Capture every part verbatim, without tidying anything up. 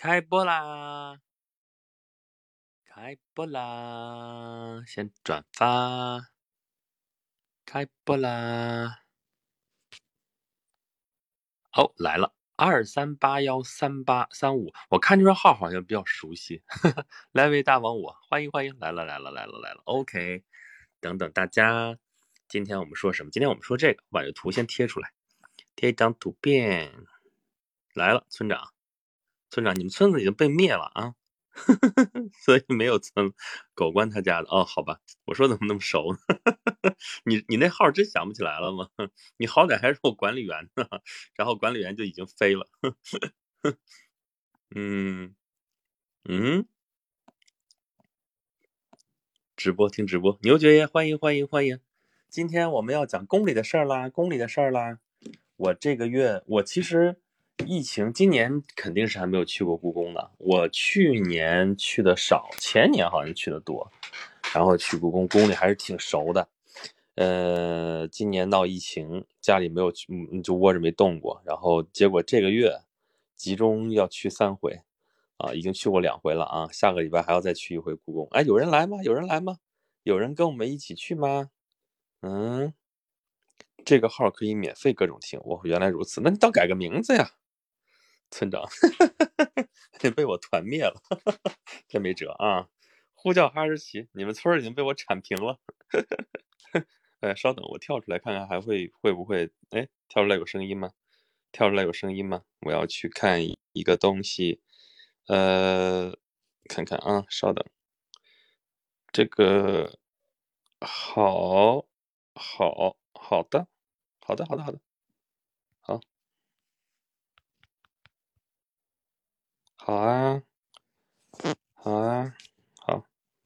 开播啦！开播啦！先转发。开播啦！哦，来了，二三八幺三八三五，我看这个号好像比较熟悉。来位大王我，欢迎欢迎，来了来了来了来了。OK， 等等大家，今天我们说什么？今天我们说这个，把这个图先贴出来，贴一张图片。来了，村长，村长，你们村子已经被灭了啊！所以没有村狗官他家的哦，好吧，我说怎么那么熟呢？你你那号真想不起来了吗？你好歹还是我管理员呢，然后管理员就已经飞了。嗯嗯，直播听直播，牛爵爷欢迎欢迎欢迎！今天我们要讲宫里的事儿啦，宫里的事儿啦。我这个月我其实疫情今年肯定是还没有去过故宫的，我去年去的少，前年好像去的多。然后去故宫，宫里还是挺熟的。呃，今年闹疫情，家里没有去，嗯，就窝着没动过。然后结果这个月集中要去三回，啊，已经去过两回了啊。下个礼拜还要再去一回故宫。哎，有人来吗？有人来吗？有人跟我们一起去吗？嗯，这个号可以免费各种听。哦，原来如此，那你倒改个名字呀，村长。被我团灭了，真没辙啊。呼叫哈士奇，你们村已经被我铲平了。哎，稍等，我跳出来看看还会会不会？哎，跳出来有声音吗？跳出来有声音吗？我要去看一个东西，呃，看看啊，稍等，这个好，好，好的，好的，好的，好的，好，好啊，好啊，好，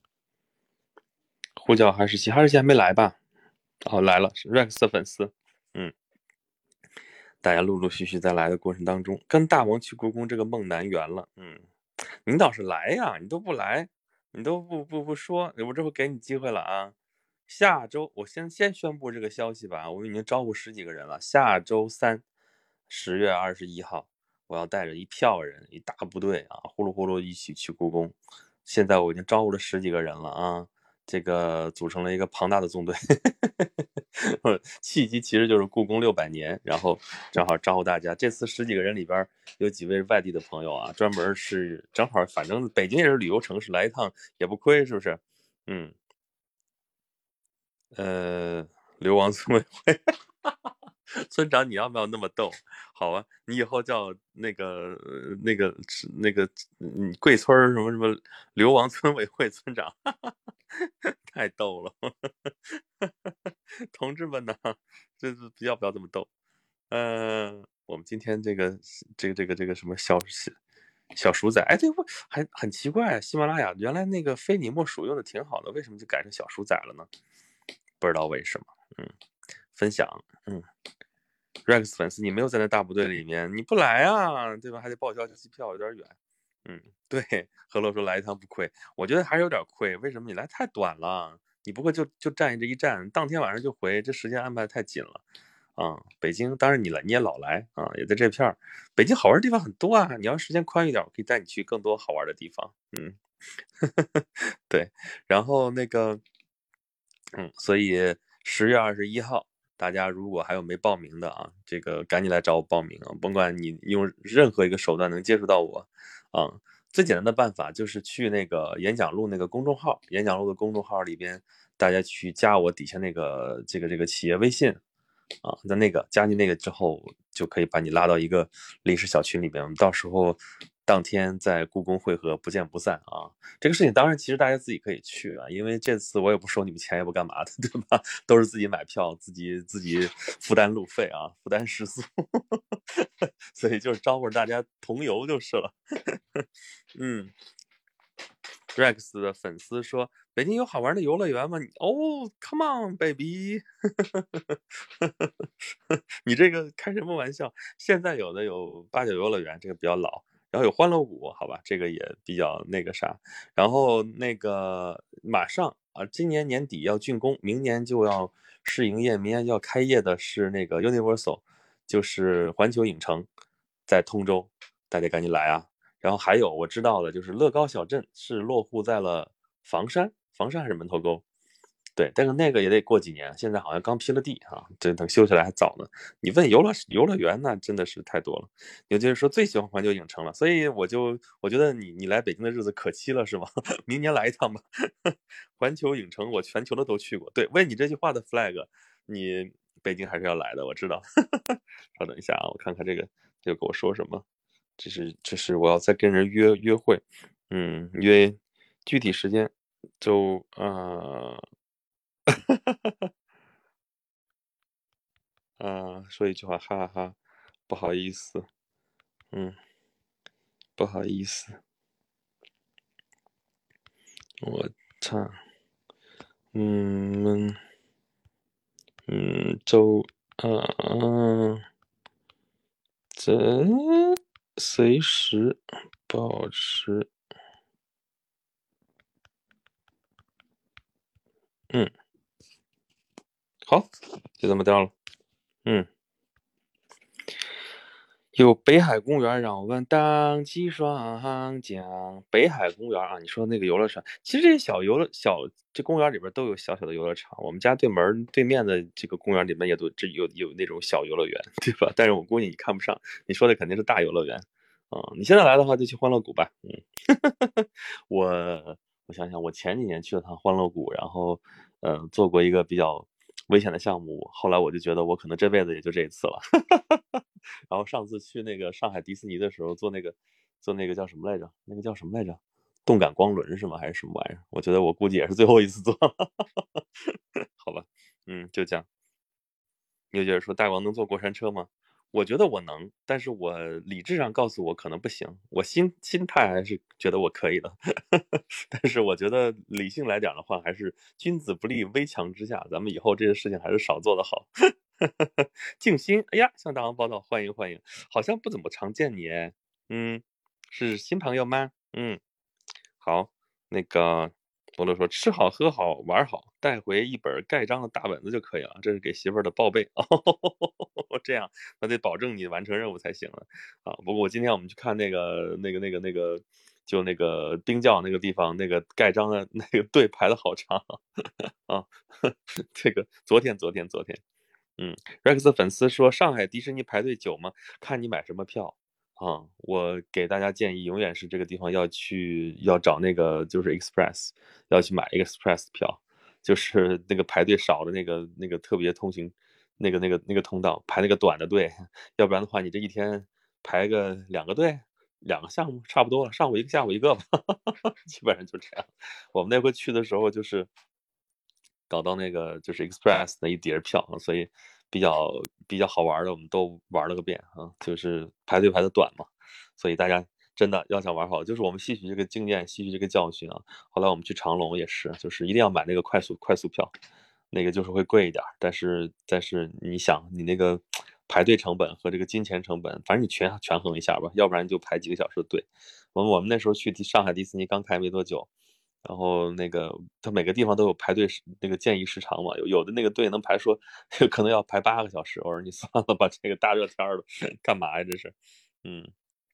呼叫哈士奇，哈士奇还没来吧？哦，来了，是 Rex 的粉丝，嗯。大家陆陆续续在来的过程当中，跟大王去故宫这个梦难圆了。嗯，你倒是来呀，你都不来，你都不不不说，我这不给你机会了啊！下周我先先宣布这个消息吧，我已经招呼十几个人了。下周三，十月二十一号，我要带着一票人，一大部队啊，呼噜呼噜一起去故宫。现在我已经招呼了十几个人了啊，这个组成了一个庞大的纵队。契机其实就是故宫六百年，然后正好招呼大家。这次十几个人里边有几位外地的朋友啊，专门是正好，反正北京也是旅游城市，来一趟也不亏，是不是？嗯，呃，流亡村委会。村长，你要不要那么逗？好啊，你以后叫那个那个那个嗯贵村什么什么流亡村委会村长，太逗了。同志们呢，这是要不要这么逗？呃，我们今天这个这个这个这个什么小小鼠仔，哎，对，我还很奇怪，喜马拉雅原来那个非你莫属用的挺好的，为什么就改成小鼠仔了呢？不知道为什么。嗯，分享，嗯。Rex 粉丝，你没有在那大部队里面，你不来啊，对吧？还得报销机票，有点远。嗯，对。何洛说来一趟不亏，我觉得还是有点亏。为什么？你来太短了，你不会就就站这一站，当天晚上就回，这时间安排太紧了。啊，北京当然你来，你也老来啊，也在这片儿。北京好玩的地方很多啊，你要时间宽一点，我可以带你去更多好玩的地方。嗯，对。然后那个，嗯，所以十月二十一号。大家如果还有没报名的啊，这个赶紧来找我报名啊！甭管你用任何一个手段能接触到我，啊，最简单的办法就是去那个演讲录那个公众号，演讲录的公众号里边，大家去加我底下那个这个这个企业微信，啊，在那个加进那个之后，就可以把你拉到一个临时小群里边，我们到时候当天在故宫会合，不见不散啊！这个事情当然其实大家自己可以去啊，因为这次我也不收你们钱，也不干嘛的，对吧？都是自己买票，自己自己负担路费啊，负担食宿，所以就是招呼大家同游就是了。嗯。Rex 的粉丝说：“北京有好玩的游乐园吗？”哦 ，Come on baby， 你这个开什么玩笑？现在有的有八九游乐园，这个比较老，然后有欢乐谷，好吧，这个也比较那个啥。然后那个马上啊，今年年底要竣工，明年就要试营业，明年就要开业的是那个 Universal，就是环球影城，在通州，大家赶紧来啊！ 然后还有我知道的就是乐高小镇是落户在了房山，房山还是门头沟？对，但是那个也得过几年，现在好像刚批了地啊，这等修起来还早呢。你问游乐游乐园，那真的是太多了。有些人说最喜欢环球影城了，所以我就我觉得你你来北京的日子可期了，是吗？明年来一趟吧。环球影城我全球的都去过，对，为你这句话的 flag，你北京还是要来的，我知道。稍等一下啊，我看看这个他又跟我说什么。这是这是我要再跟人约约会，嗯，约具体时间就呃。啊，说一句话，哈哈哈，不好意思，嗯，不好意思，我唱，嗯嗯，周，嗯嗯，这随时保持，嗯，好，就这么掉了，嗯。有北海公园让我们荡起双桨。北海公园啊，你说那个游乐场，其实这些小游乐小这公园里边都有小小的游乐场。我们家对门对面的这个公园里面也都这有有那种小游乐园，对吧？但是我估计你看不上，你说的肯定是大游乐园啊、你现在来的话就去欢乐谷吧，嗯。我我想想，我前几年去了趟欢乐谷，然后嗯、呃做过一个比较危险的项目，后来我就觉得我可能这辈子也就这一次了。然后上次去那个上海迪士尼的时候，做那个做那个叫什么来着？那个叫什么来着？动感光轮是吗？还是什么玩意儿？我觉得我估计也是最后一次做了。好吧，嗯，就这样。有些人说大王能坐过山车吗？我觉得我能，但是我理智上告诉我可能不行，我心心态还是觉得我可以的。但是我觉得理性来讲的话，还是君子不立危墙之下，咱们以后这些事情还是少做的好。静心，哎呀，向大王报道，欢迎欢迎，好像不怎么常见你哎，嗯，是新朋友吗？嗯，好，那个伯乐说吃好喝好玩好，带回一本盖章的大本子就可以了，这是给媳妇儿的报备。哦，这样那得保证你完成任务才行了啊。不过我今天我们去看那个那个那个那个，就那个冰窖那个地方，那个盖章的那个队排的好长啊。这个昨天昨天昨天。嗯，Rex 粉丝说上海迪士尼排队久吗？看你买什么票啊。我给大家建议，永远是这个地方要去，要找那个就是 Express，要去买一个 Express 票，就是那个排队少的那个那个特别通行，那个那个那个通道排那个短的队，要不然的话你这一天排个两个队，两个项目差不多了，上午一个下午一个吧。基本上就这样。我们那回去的时候就是搞到那个就是 Express 那一叠票，所以比较比较好玩的，我们都玩了个遍啊，就是排队排的短嘛，所以大家真的要想玩好，就是我们吸取这个经验，吸取这个教训啊。后来我们去长隆也是，就是一定要买那个快速快速票，那个就是会贵一点，但是但是你想你那个排队成本和这个金钱成本，反正你权权衡一下吧，要不然就排几个小时的队。我们我们那时候去上海迪士尼刚开没多久。然后那个他每个地方都有排队时那个建议时长嘛，有有的那个队能排说可能要排八个小时，我说你算了吧，这个大热天的干嘛呀这是。嗯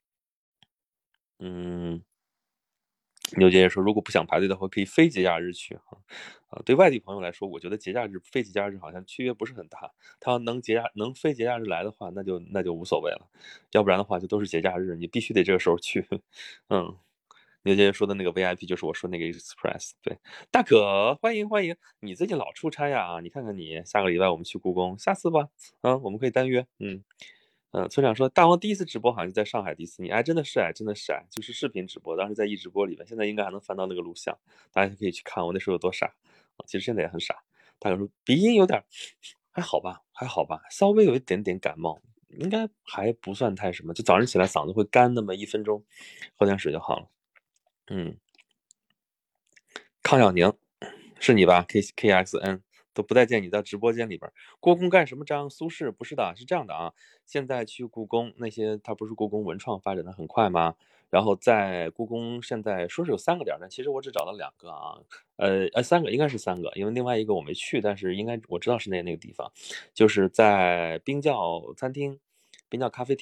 嗯，牛姐姐说如果不想排队的话，可以非节假日去哈。啊，对外地朋友来说，我觉得节假日非节假日好像区别不是很大。他要能节假能非节假日来的话，那就那就无所谓了，要不然的话就都是节假日，你必须得这个时候去。嗯。牛姐姐说的那个 V I P 就是我说那个 Express，对，大可欢迎欢迎，你最近老出差呀？你看看你，下个礼拜我们去故宫，下次吧，啊，我们可以单约，嗯。嗯，村长说大王第一次直播好像是在上海迪士尼，哎，真的是哎，真的是哎，就是视频直播，当时在一直播里面，现在应该还能翻到那个录像，大家可以去看我那时候有多傻啊，其实现在也很傻。大可说鼻音有点还好吧，还好吧，稍微有一点点感冒，应该还不算太什么，就早上起来嗓子会干那么一分钟，喝点水就好了。嗯，康小宁，是你吧？K K X N 都不带见你在直播间里边。故宫干什么章？苏轼不是的，是这样的啊。现在去故宫那些，它不是故宫文创发展的很快吗？然后在故宫现在说是有三个点，但其实我只找到两个啊。呃呃，三个应该是三个，因为另外一个我没去，但是应该我知道是那那个地方，就是在冰窖餐厅、冰窖咖啡厅。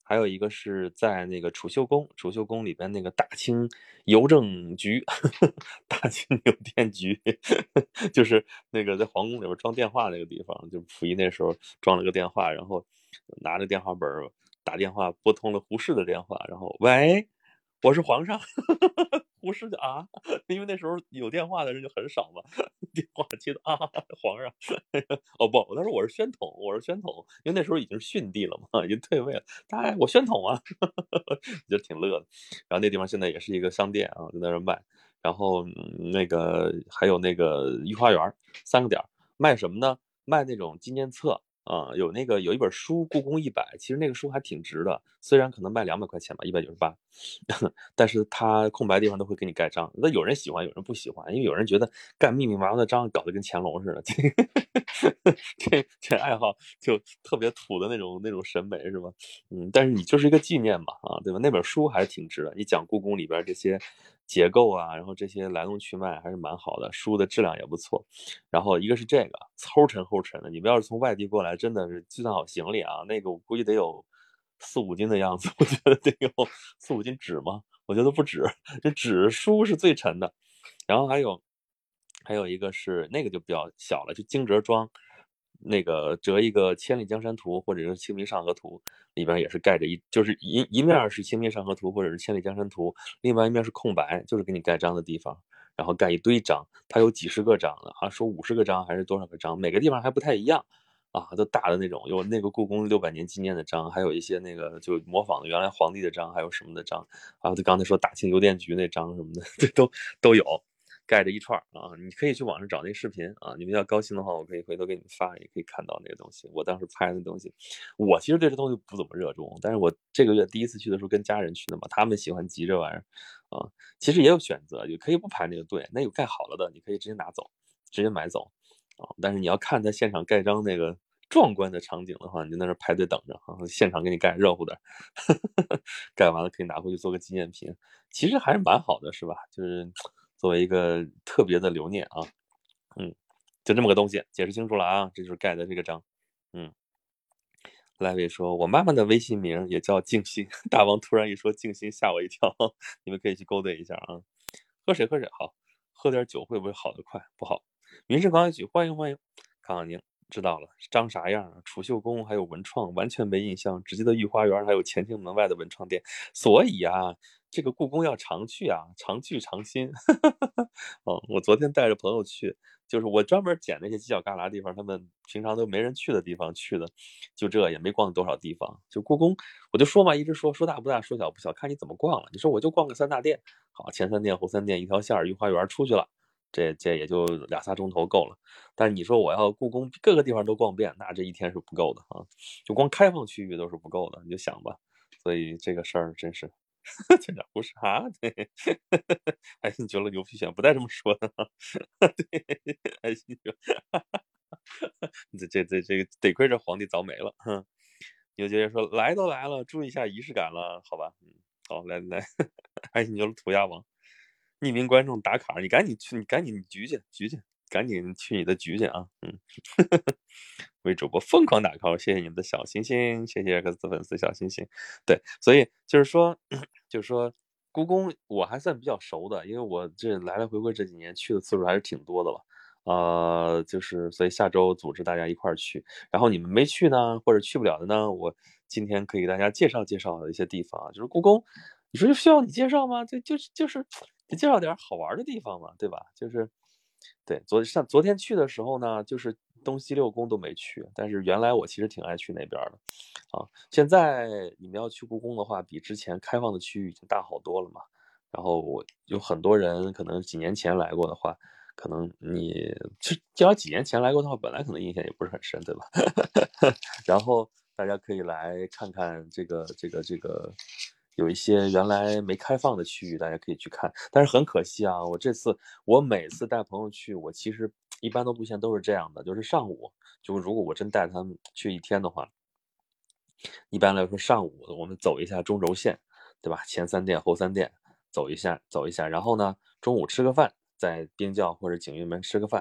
还有一个是在那个储秀宫，储秀宫里边那个大清邮政局，大清邮电局，就是那个在皇宫里边装电话那个地方，就溥仪那时候装了个电话，然后拿着电话本打电话拨通了胡适的电话，然后喂，我是皇上，胡适就啊，因为那时候有电话的人就很少嘛，电话接的啊，皇上，哦不，他说我是宣统，我是宣统，因为那时候已经是逊帝了嘛，已经退位了，哎，我宣统啊，就挺乐的。然后那地方现在也是一个商店啊，就在那卖。然后、嗯、那个还有那个御花园三个点卖什么呢？卖那种纪念册啊、有那个有一本书《故宫一百》，其实那个书还挺值的，虽然可能卖两百块钱吧，一百九十八，但是它空白地方都会给你盖章。那有人喜欢，有人不喜欢，因为有人觉得干密密麻麻的章搞得跟乾隆似的，这这爱好就特别土的那种那种审美是吧？嗯，但是你就是一个纪念嘛，啊，对吧？那本书还是挺值的，你讲故宫里边这些结构啊，然后这些来龙去脉还是蛮好的，书的质量也不错。然后一个是这个齁沉齁沉的，你们要是从外地过来，真的是就算好行李啊，那个我估计得有四五斤的样子，我觉得得有四五斤纸吗？我觉得不止，这纸书是最沉的。然后还有还有一个是那个就比较小了，就惊蛰装，那个折一个《千里江山图》或者是《清明上河图》，里边也是盖着一，就是一一面是《清明上河图》或者是《千里江山图》，另外一面是空白，就是给你盖章的地方，然后盖一堆章，它有几十个章的啊，说五十个章还是多少个章，每个地方还不太一样。啊，都大的那种，有那个故宫六百年纪念的章，还有一些那个就模仿的原来皇帝的章，还有什么的章啊？就刚才说大清邮电局那章什么的，这都都有，盖着一串啊。你可以去网上找那视频啊，你们要高兴的话，我可以回头给你们发，也可以看到那个东西。我当时拍的东西，我其实对这东西不怎么热衷，但是我这个月第一次去的时候跟家人去的嘛，他们喜欢集这玩意儿啊。其实也有选择，也可以不排那个队，那有盖好了的，你可以直接拿走，直接买走。啊，但是你要看他现场盖章那个壮观的场景的话，你就在那排队等着啊，现场给你盖热乎的，盖完了可以拿回去做个纪念品，其实还是蛮好的，是吧？就是作为一个特别的留念啊，嗯，就这么个东西，解释清楚了啊，这就是盖的这个章，嗯。赖伟说：“我妈妈的微信名也叫静心。”大王突然一说静心，吓我一跳。你们可以去勾兑一下啊。喝水，喝水，好，喝点酒会不会好得快？不好。云是刚一曲，欢迎欢迎，康康宁知道了，章啥样啊？储秀宫还有文创，完全没印象，只记得御花园还有乾清门外的文创店。所以啊，这个故宫要常去啊，常去常新。哦，我昨天带着朋友去，就是我专门捡那些犄角旮旯地方，他们平常都没人去的地方去的，就这也没逛多少地方。就故宫，我就说嘛，一直说说大不大，说小不小，看你怎么逛了。你说我就逛个三大殿，好，前三殿后三殿一条线，御花园出去了。这这也就俩仨钟头够了，但是你说我要故宫各个地方都逛遍，那这一天是不够的啊！就光开放区域都是不够的，你就想吧。所以这个事儿真是，这点不是啊？对，还信觉了牛皮癣不带这么说的啊，对，还信觉，这这这这个得亏这皇帝早没了，哼。牛姐姐说来都来了，注意一下仪式感了，好吧？嗯，好，来来，还信觉了涂鸦王。匿名观众打卡，你赶紧去，你赶紧局去局去，赶紧去你的局去啊！嗯，为主播疯狂打 call，谢谢你们的小心心，谢谢克斯粉丝小心心。对，所以就是说，就是说，故宫我还算比较熟的，因为我这来来回回这几年去的次数还是挺多的了。呃，就是所以下周组织大家一块儿去，然后你们没去呢，或者去不了的呢，我今天可以给大家介绍介绍一些地方啊，就是故宫，你说就需要你介绍吗？就就是就是得介绍点好玩的地方嘛，对吧？就是对，昨上昨天去的时候呢，就是东西六宫都没去，但是原来我其实挺爱去那边的，啊，现在你们要去故宫的话，比之前开放的区域已经大好多了嘛。然后我有很多人可能几年前来过的话，可能你这只要几年前来过的话，本来可能印象也不是很深，对吧？然后大家可以来看看这个这个这个，有一些原来没开放的区域，大家可以去看。但是很可惜啊，我这次我每次带朋友去，我其实一般的路线都是这样的，就是上午，就如果我真带他们去一天的话，一般来说上午我们走一下中轴线，对吧？前三殿后三殿走一下走一下，然后呢中午吃个饭，在冰窖或者景运门吃个饭，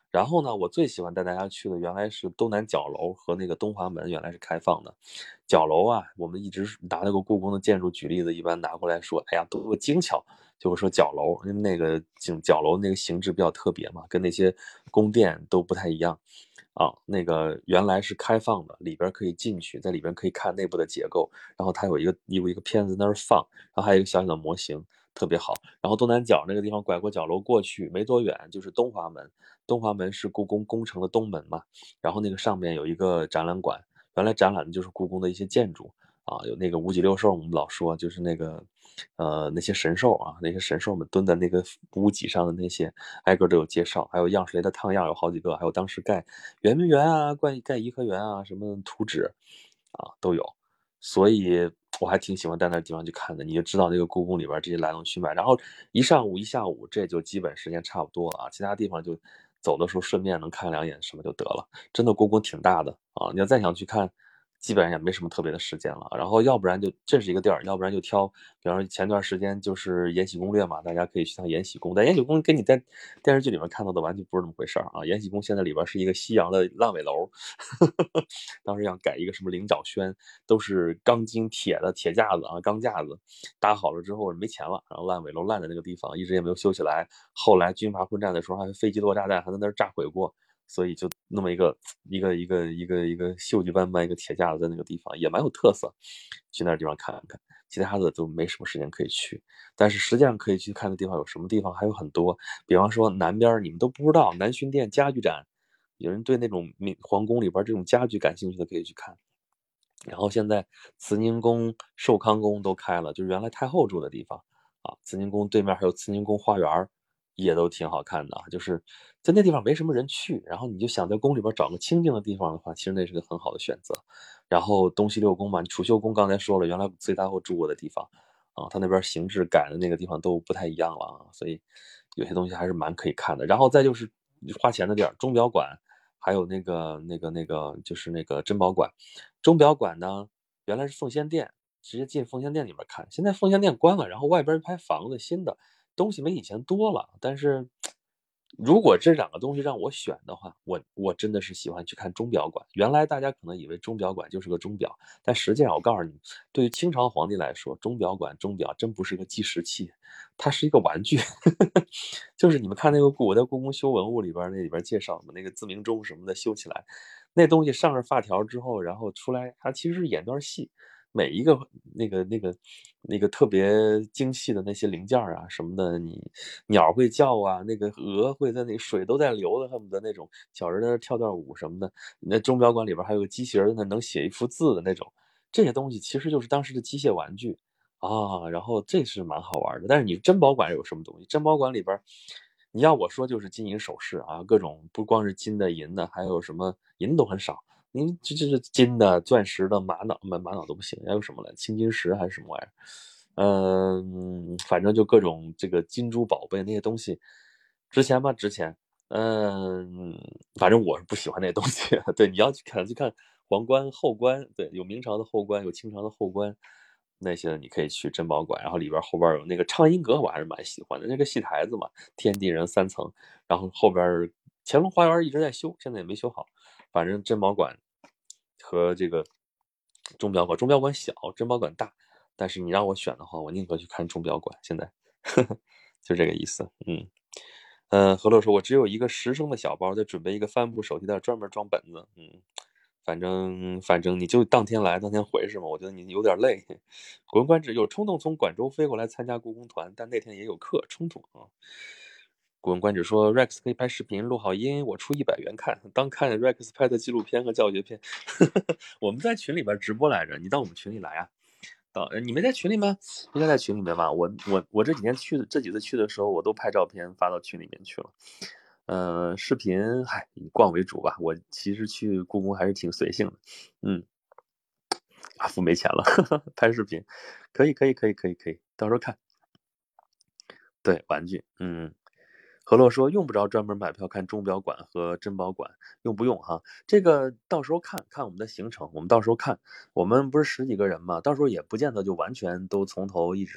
然后呢，我最喜欢带大家去的原来是东南角楼和那个东华门，原来是开放的。角楼啊，我们一直拿那个故宫的建筑举例子，一般拿过来说，哎呀，多精巧。就会说角楼，因为那个景角楼那个形制比较特别嘛，跟那些宫殿都不太一样。啊，那个原来是开放的，里边可以进去，在里边可以看内部的结构，然后它有一个有一个片子在那儿放，然后还有一个小小的模型，特别好。然后东南角那个地方拐过角楼过去没多远就是东华门，东华门是故宫宫城的东门嘛，然后那个上面有一个展览馆，原来展览的就是故宫的一些建筑啊，有那个五脊六兽，我们老说就是那个呃那些神兽啊，那些神兽们蹲在那个屋脊上的那些，挨个都有介绍，还有样式雷的烫样有好几个，还有当时盖圆明园啊、盖盖颐和园啊什么图纸啊都有，所以我还挺喜欢在那地方去看的，你就知道那个故宫里边这些来龙去脉，然后一上午一下午这就基本时间差不多了啊，其他地方就走的时候顺便能看两眼什么就得了，真的故宫挺大的啊，你要再想去看。基本上也没什么特别的时间了，然后要不然就这是一个地儿，要不然就挑，比方说前段时间就是《延禧攻略》嘛，大家可以去趟延禧宫，但延禧宫跟你在电视剧里面看到的完全不是那么回事啊！延禧宫现在里边是一个西洋的烂尾楼，当时要改一个什么灵爪轩，都是钢筋铁的铁架子啊，钢架子搭好了之后没钱了，然后烂尾楼烂在那个地方，一直也没有修起来。后来军阀混战的时候，还飞机落炸弹还在那儿炸毁过。所以就那么一个一个一个一个一个锈迹斑斑一个铁架子在那个地方也蛮有特色，去那地方看看，其他的都没什么时间可以去。但是实际上可以去看的地方有什么地方还有很多，比方说南边你们都不知道南薰殿家具展，有人对那种皇宫里边这种家具感兴趣的可以去看。然后现在慈宁宫、寿康宫都开了，就是原来太后住的地方啊。慈宁宫对面还有慈宁宫花园，也都挺好看的啊。就是在那地方没什么人去，然后你就想在宫里边找个清静的地方的话，其实那是个很好的选择。然后东西六宫嘛，储秀宫刚才说了，原来慈禧太后住过的地方啊，它那边形制改的那个地方都不太一样了啊，所以有些东西还是蛮可以看的。然后再就是花钱的地儿，钟表馆。还有那个那个那个就是那个珍宝馆，钟表馆呢原来是奉先殿，直接进奉先殿里面看，现在奉先殿关了，然后外边一排房子新的东西没以前多了，但是如果这两个东西让我选的话，我我真的是喜欢去看钟表馆。原来大家可能以为钟表馆就是个钟表，但实际上我告诉你，对于清朝皇帝来说，钟表馆钟表真不是个计时器，它是一个玩具。就是你们看那个故我在故宫修文物里边，那里边介绍的那个自鸣钟什么的修起来，那东西上了发条之后，然后出来，它其实是演段戏，每一个那个那个那个特别精细的那些零件啊什么的，你鸟会叫啊，那个鹅会在那水都在流的，恨不得那种小人在那跳段舞什么的。那钟表馆里边还有个机器人，那能写一幅字的那种，这些东西其实就是当时的机械玩具。啊，然后这是蛮好玩的。但是你珍宝馆有什么东西？珍宝馆里边，你要我说就是金银首饰啊，各种不光是金的、银的，还有什么银都很少。您这这是金的、钻石的、玛瑙、玛玛瑙都不行，还有什么来？青金石还是什么玩意儿？嗯，反正就各种这个金珠宝贝那些东西，值钱吗？值钱。嗯，反正我是不喜欢那东西。对，你要去看去看皇冠、后冠，对，有明朝的后冠，有清朝的后冠。那些你可以去珍宝馆，然后里边后边有那个畅音阁，我还是蛮喜欢的。那个戏台子嘛，天地人三层，然后后边乾隆花园一直在修，现在也没修好。反正珍宝馆和这个钟表馆，钟表馆小，珍宝馆大。但是你让我选的话，我宁可去看钟表馆。现在就这个意思，嗯。呃，何乐说，我只有一个十升的小包，再准备一个帆布手提袋，专门装本子。嗯，反正反正你就当天来当天回是吗？我觉得你有点累。古文观止有冲动从广州飞过来参加故宫团，但那天也有课，冲突啊。古文观止说 Rex 可以拍视频录好音，我出一百元看，当看 Rex 拍的纪录片和教学片。我们在群里边直播来着，你到我们群里来啊。到你没在群里吗？应该在群里面吧。我我我这几天去的这几次去的时候，我都拍照片发到群里面去了。呃，视频，嗨，以逛为主吧。我其实去故宫还是挺随性的。嗯，阿福没钱了，拍视频，可以可以可以可以可以，到时候看。对，玩具，嗯。何洛说用不着专门买票看钟表馆和珍宝馆，用不用哈？这个到时候看看我们的行程，我们到时候看。我们不是十几个人嘛，到时候也不见得就完全都从头一直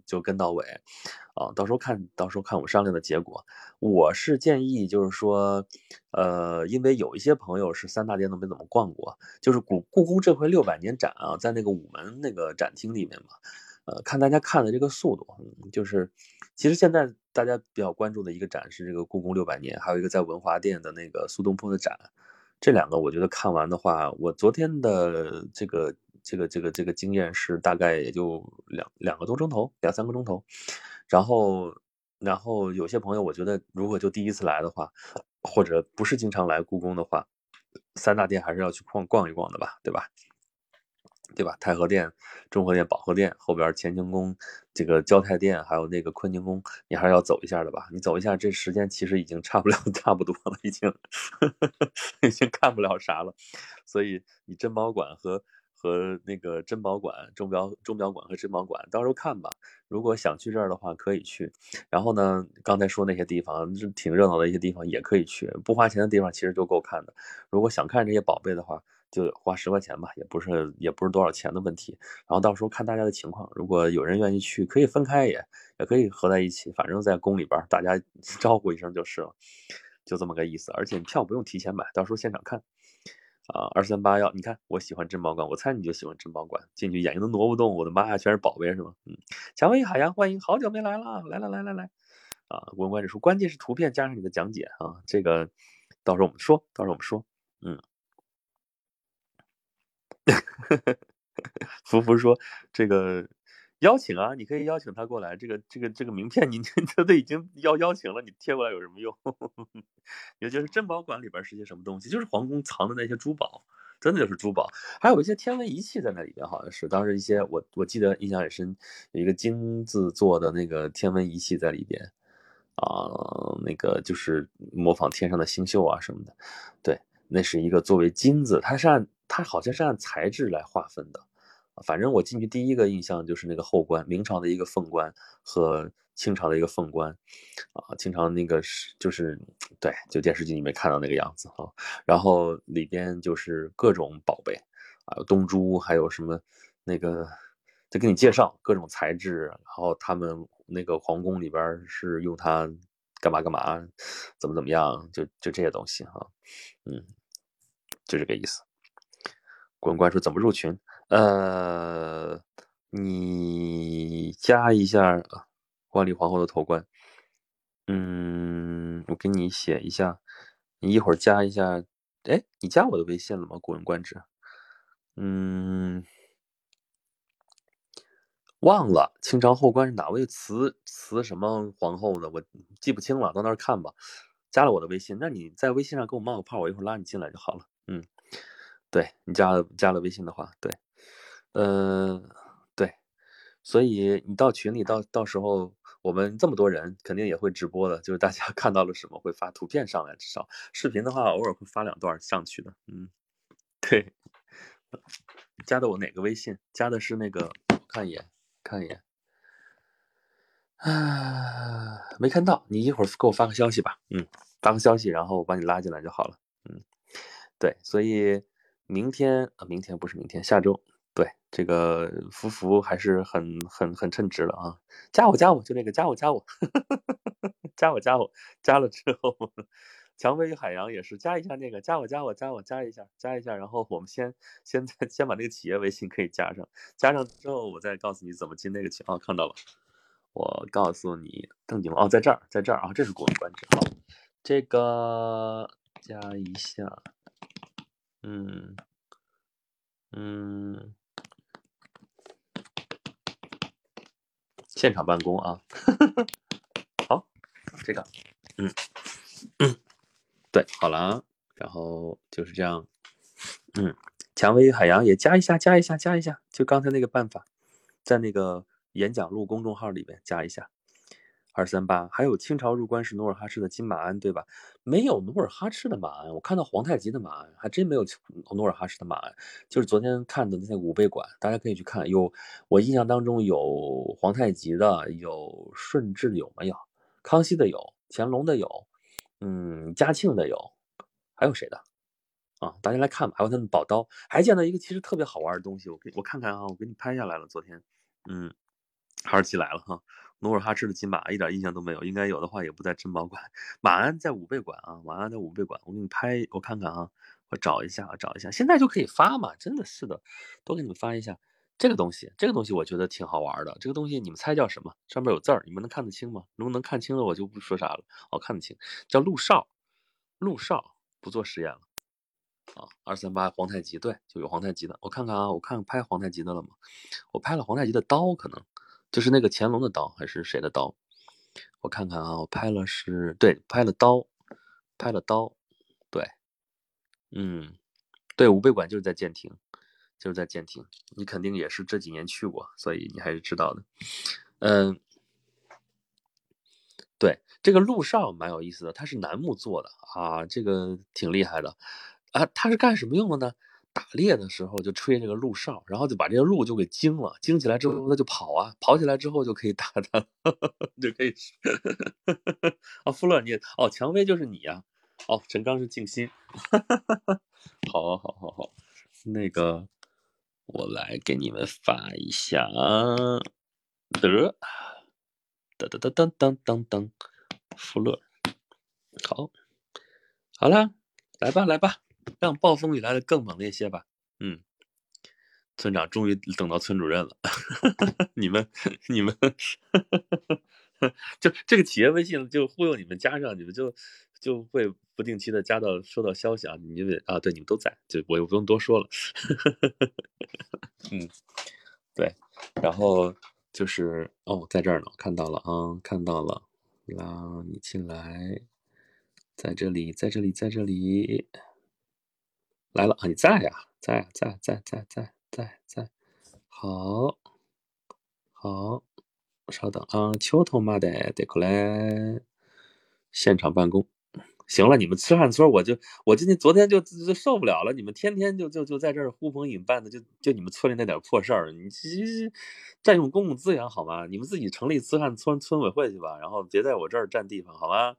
就跟到尾啊，到时候看到时候看我们商量的结果。我是建议就是说，呃，因为有一些朋友是三大殿都没怎么逛过，就是故故宫这回六百年展啊，在那个午门那个展厅里面嘛，呃，看大家看的这个速度，嗯就是其实现在大家比较关注的一个展是这个故宫六百年，还有一个在文华殿的那个苏东坡的展。这两个我觉得看完的话，我昨天的这个这个这个这个经验是大概也就两两个多钟头，两三个钟头。然后然后有些朋友，我觉得如果就第一次来的话，或者不是经常来故宫的话，三大殿还是要去逛逛一逛的吧，对吧？对吧？太和殿、中和殿、保和殿后边乾清宫、这个交泰殿，还有那个坤宁宫，你还是要走一下的吧？你走一下，这时间其实已经差不了差不多了，已经已经看不了啥了。所以你珍宝馆和和那个珍宝馆、钟表钟表馆和珍宝馆，到时候看吧。如果想去这儿的话，可以去。然后呢，刚才说那些地方是挺热闹的一些地方，也可以去。不花钱的地方其实就够看的。如果想看这些宝贝的话，就花十块钱吧，也不是也不是多少钱的问题。然后到时候看大家的情况，如果有人愿意去，可以分开也也可以合在一起，反正在宫里边大家招呼一声就是了，就这么个意思。而且票不用提前买，到时候现场看。啊，二三八幺，你看我喜欢珍宝馆，我猜你就喜欢珍宝馆。进去眼睛都挪不动，我的妈呀，全是宝贝是吗？嗯，蔷薇海洋欢迎，好久没来了，来来来来来，啊，文官指数，关键是图片加上你的讲解啊，这个到时候我们说，到时候我们说，嗯。福福说：“这个邀请啊，你可以邀请他过来。这个这个这个名片你他都已经邀邀请了，你贴过来有什么用？也就是珍宝馆里边是些什么东西？就是皇宫藏的那些珠宝，真的就是珠宝，还有一些天文仪器在那里边，好像是当时一些我我记得印象也深，有一个金字做的那个天文仪器在里边啊，那个就是模仿天上的星宿啊什么的，对。”那是一个作为金子，它是按它好像是按材质来划分的，反正我进去第一个印象就是那个后冠，明朝的一个凤冠和清朝的一个凤冠，啊，清朝那个是就是对，就电视剧里面看到那个样子啊，然后里边就是各种宝贝，啊，有东珠，还有什么那个，就给你介绍各种材质，然后他们那个皇宫里边是用它干嘛干嘛，怎么怎么样，就就这些东西哈，嗯。就这个意思。滚关说怎么入群？呃，你加一下万历皇后的头冠。嗯，我给你写一下，你一会儿加一下。哎，你加我的微信了吗？古文观止。嗯，忘了清朝后冠是哪位慈慈什么皇后的，我记不清了，到那儿看吧。加了我的微信，那你在微信上给我冒个泡，我一会儿拉你进来就好了。嗯。对，你加了加了微信的话，对，嗯，对，所以你到群里到到时候我们这么多人，肯定也会直播的，就是大家看到了什么会发图片上来，至少视频的话偶尔会发两段上去的，嗯，对，加的我哪个微信？加的是那个，看一眼，看一眼，啊，没看到，你一会儿给我发个消息吧，嗯，发个消息，然后我把你拉进来就好了，嗯。对，所以明天啊，明天不是明天，下周，对，这个福福还是很很很称职了啊！加我加我，就那个加我加我，加我加我，加了之后，蔷薇与海洋也是加一下那个加我加我加我加一下加一下，然后我们先先先把那个企业微信可以加上，加上之后我再告诉你怎么进那个群哦，看到了，我告诉你邓景哦，在这儿在这儿啊，这是古文观止，好，这个加一下。嗯嗯，现场办公啊，好，这个，嗯嗯，对，好了啊，然后就是这样，嗯，蔷薇与海洋也加一下，加一下，加一下，就刚才那个办法，在那个演讲录公众号里面加一下。二三八，还有清朝入关时努尔哈赤的金马鞍，对吧？没有努尔哈赤的马鞍，我看到皇太极的马鞍，还真没有努尔哈赤的马鞍。就是昨天看的那个武备馆，大家可以去看。有我印象当中有皇太极的，有顺治的有没有？康熙的有，乾隆的有，嗯，嘉庆的有，还有谁的啊？大家来看吧。还有他们宝刀，还见到一个其实特别好玩的东西，我给我看看啊，我给你拍下来了。昨天，嗯。 哈士奇来了哈，努尔哈赤的金马一点印象都没有，应该有的话也不在珍宝馆。马鞍在武备馆啊，马鞍在武备馆，我给你拍，我看看啊，我找一下，我找一下，现在就可以发嘛，真的是的，都给你们发一下。这个东西，这个东西我觉得挺好玩的。这个东西你们猜叫什么？上面有字儿，你们能看得清吗？如果能看清了，我就不说啥了。我看得清，叫陆少，陆少，不做实验了。啊，二三八皇太极，对，就有皇太极的。我看看啊，我看看拍皇太极的了吗？我拍了皇太极的刀，可能就是那个乾隆的刀，还是谁的刀？我看看啊，我拍了是，对，拍了刀，拍了刀，对，嗯，对，武备馆就是在建亭，就是在建亭。你肯定也是这几年去过，所以你还是知道的。嗯，对，这个陆少蛮有意思的，他是楠木做的啊，这个挺厉害的啊。他是干什么用的呢？打猎的时候就吹这个鹿哨，然后就把这个鹿就给惊了，惊起来之后他就跑啊，跑起来之后就可以打它了，就可以。啊，富勒你哦，蔷薇就是你呀、啊，哦，陈刚是静心。好好好好，那个我来给你们发一下啊，得，噔噔噔噔噔噔，富勒，好，好啦，来吧来吧，让暴风雨来的更猛烈些吧，嗯。村长终于等到村主任了，你们你们就这个企业微信就忽悠你们加上，你们就就会不定期的加到收到消息啊，你们啊对，你们都在，就我也不用多说了。嗯，对，然后就是哦，在这儿呢，看到了啊，看到了，拉你进来，在这里，在这里，在这里，来了啊，你在呀，在呀，在在在在在在，好。好，稍等啊，秋头妈的得过来，现场办公。行了，你们吃饭村，我就我今天昨天就就受不了了，你们天天就就就在这儿呼朋引伴的，就就你们村里那点破事儿，你其实占用公共资源好吗？你们自己成立慈善村村委会去吧，然后别在我这儿占地方好吗？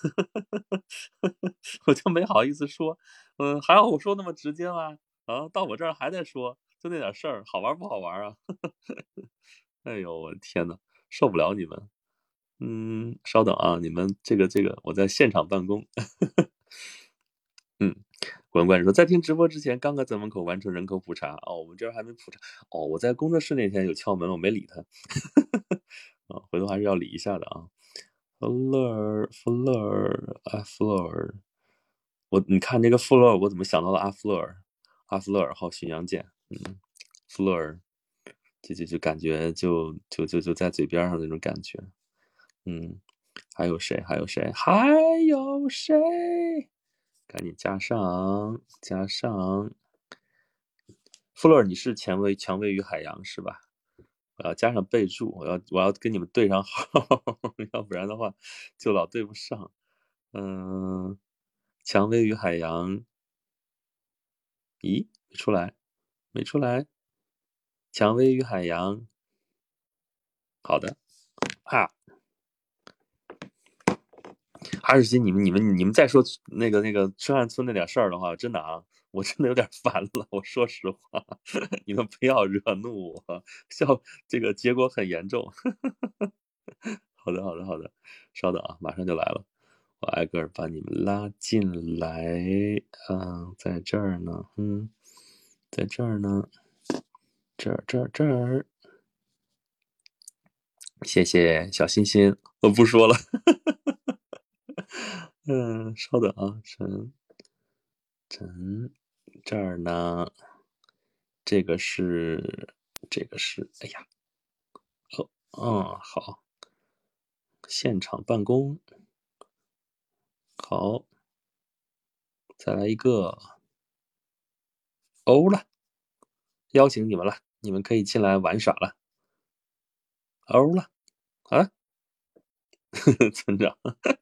我就没好意思说，嗯，还要我说那么直接吗？啊，到我这儿还在说，就那点事儿，好玩不好玩啊？哎呦，我的天呐，受不了你们！嗯，稍等啊，你们这个这个，我在现场办公。嗯，管管说，在听直播之前，刚刚在门口完成人口普查。哦，我们这儿还没普查。哦，我在工作室那天有敲门，我没理他。啊，回头还是要理一下的啊。Fleur Fleur 阿弗勒尔，我你看这个富勒尔，我怎么想到了阿弗勒尔？阿弗勒尔号巡洋舰，嗯，弗勒尔，就就就感觉就就就就在嘴边上那种感觉。嗯，还有谁？还有谁？还有谁？赶紧加上，加上。弗洛尔，你是蔷薇，蔷薇与海洋是吧？我要加上备注，我要我要跟你们对上号，要不然的话就老对不上。嗯，蔷薇与海洋，咦，没出来，没出来。蔷薇与海洋，好的啊。哈士奇，你们、你们、你们再说那个、那个春汉村那点事儿的话，真的啊，我真的有点烦了。我说实话，你们不要惹怒我，笑这个结果很严重。好的，好的，好的，稍等啊，马上就来了，我挨个把你们拉进来。嗯，在这儿呢，嗯，在这儿呢，这儿、这儿、这儿。谢谢小心心，我不说了。嗯，稍等啊，陈陈这儿呢，这个是这个是，哎呀，哦，嗯，好，现场办公，好，再来一个，欧了，邀请你们了，你们可以进来玩耍了，欧了，啊，村长，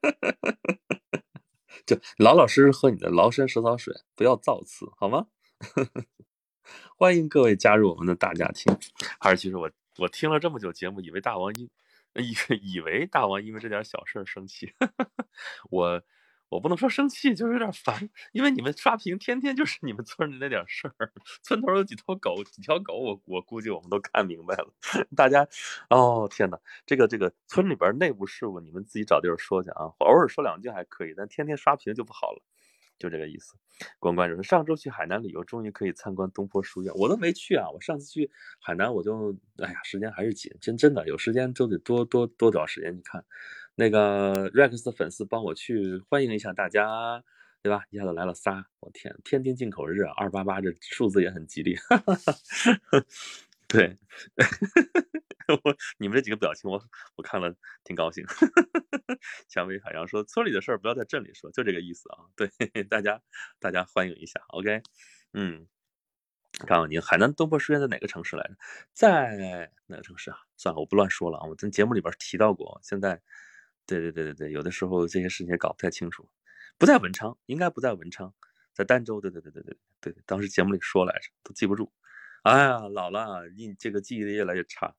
就老老实实喝你的崂山蛇草水，不要造次，好吗？欢迎各位加入我们的大家庭。还是其实我我听了这么久节目，以为大王因以以为大王因为这点小事儿生气。我我不能说生气，就是有点烦，因为你们刷屏天天就是你们村里那点事儿，村头有几头狗，几条狗我，我我估计我们都看明白了。大家，哦天哪，这个这个村里边内部事务你们自己找地儿说去啊，偶尔说两句还可以，但天天刷屏就不好了。就这个意思。关关说上周去海南旅游，终于可以参观东坡书院，我都没去啊！我上次去海南我就，哎呀，时间还是紧，真真的有时间都得多多多找时间去看。那个 Rex 的粉丝帮我去欢迎一下大家，对吧？一下子来了仨，我天，天津进口日啊，二八八这数字也很吉利，哈哈哈。对，我你们这几个表情我我看了挺高兴。蔷薇海洋说村里的事儿不要在镇里说，就这个意思啊。对，大家大家欢迎一下 ，OK。嗯，看看您海南东坡书院在哪个城市来着？在哪个城市啊？算了，我不乱说了啊。我在节目里边提到过，现在对对对对对，有的时候这些事情也搞不太清楚。不在文昌，应该不在文昌，在儋州。对对对对对对对，当时节目里说来着，都记不住。哎呀，老了，你这个记忆力越来越差。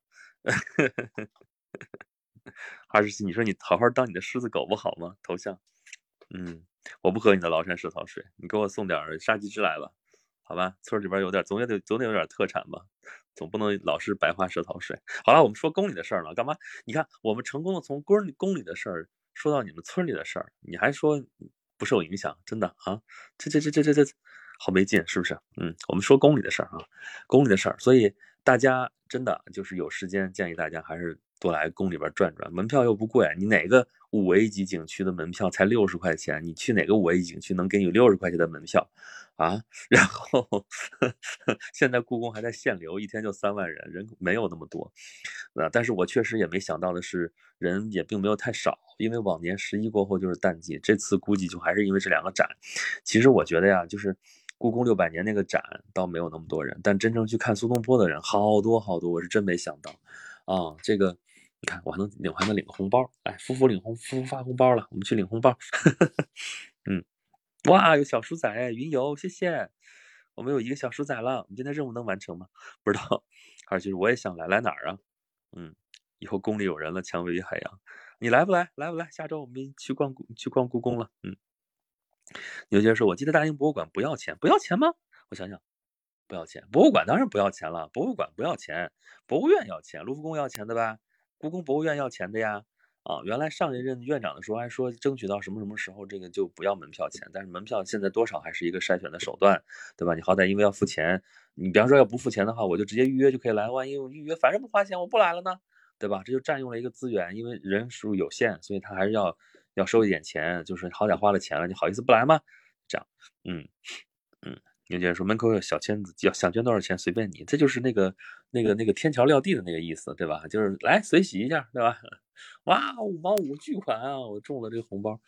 二十七，你说你好好当你的狮子狗不好吗？头像，嗯，我不喝你的崂山蛇草水，你给我送点沙棘汁来吧，好吧？村里边有点，总得总得有点特产吧，总不能老是白花蛇草水。好了，我们说宫里的事儿了，干嘛？你看我们成功的从宫里宫里的事儿说到你们村里的事儿，你还说不受影响，真的啊？这这这这这这好没劲，是不是？嗯，我们说宫里的事儿啊，宫里的事儿，所以大家真的就是有时间，建议大家还是多来宫里边转转，门票又不贵，你哪个五 A 级景区的门票才六十块钱？你去哪个五 A 级景区能给你六十块钱的门票啊？然后现在故宫还在限流，一天就三万人，人没有那么多。啊，但是我确实也没想到的是，人也并没有太少，因为往年十一过后就是淡季，这次估计就还是因为这两个展。其实我觉得呀，就是故宫六百年那个展倒没有那么多人，但真正去看苏东坡的人好多好多，我是真没想到啊。这个你看，我还能领，我还能领个红包，哎，夫妇领红，夫妇发红包了，我们去领红包。嗯，哇，有小鼠仔哎，云游，谢谢，我们有一个小鼠仔了，我们今天任务能完成吗？不知道，还是就是我也想来，来哪儿啊？嗯，以后宫里有人了，蔷薇与海洋，你来不来？来不来？下周我们去逛故去逛故宫了。嗯，牛杰说：“我记得大英博物馆不要钱，不要钱吗？我想想，不要钱。博物馆当然不要钱了，博物馆不要钱，博物院要钱，卢浮宫要钱的吧？故宫博物院要钱的呀。啊，原来上一任院长的时候还说争取到什么什么时候这个就不要门票钱，但是门票现在多少还是一个筛选的手段，对吧？你好歹因为要付钱，你比方说要不付钱的话，我就直接预约就可以来，万一我预约反正不花钱，我不来了呢，对吧？这就占用了一个资源，因为人数有限，所以他还是要要收一点钱，就是好歹花了钱了，你好意思不来吗？这样，嗯嗯。”牛姐说门口有小签子，要想捐多少钱随便你，这就是那个那个那个天桥撂地的那个意思，对吧？就是来随喜一下，对吧？哇，五毛五巨款啊！我中了这个红包，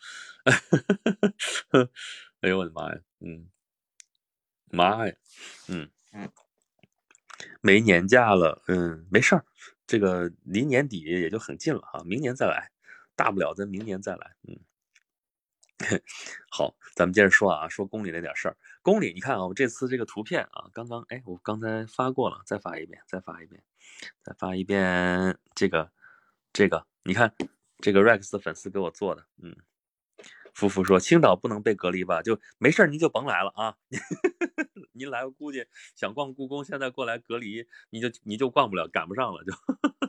哎呦我的妈呀，嗯，妈呀，嗯嗯，没年假了，嗯，没事儿，这个离年底也就很近了哈，明年再来，大不了咱明年再来，嗯。好，咱们接着说啊，说宫里那点事儿。宫里，你看啊，我这次这个图片啊，刚刚哎，我刚才发过了，再发一遍，再发一遍，再发一遍。这个，这个，你看，这个 Rex 的粉丝给我做的，嗯。夫妇说青岛不能被隔离吧？就没事，您就甭来了啊。您来，我估计想逛故宫，现在过来隔离，你就你就逛不了，赶不上了就。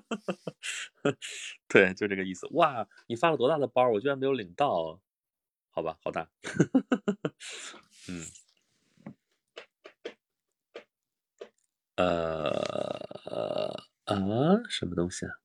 对，就这个意思。哇，你发了多大的包？我居然没有领到。好吧，好大。嗯，呃啊，什么东西啊？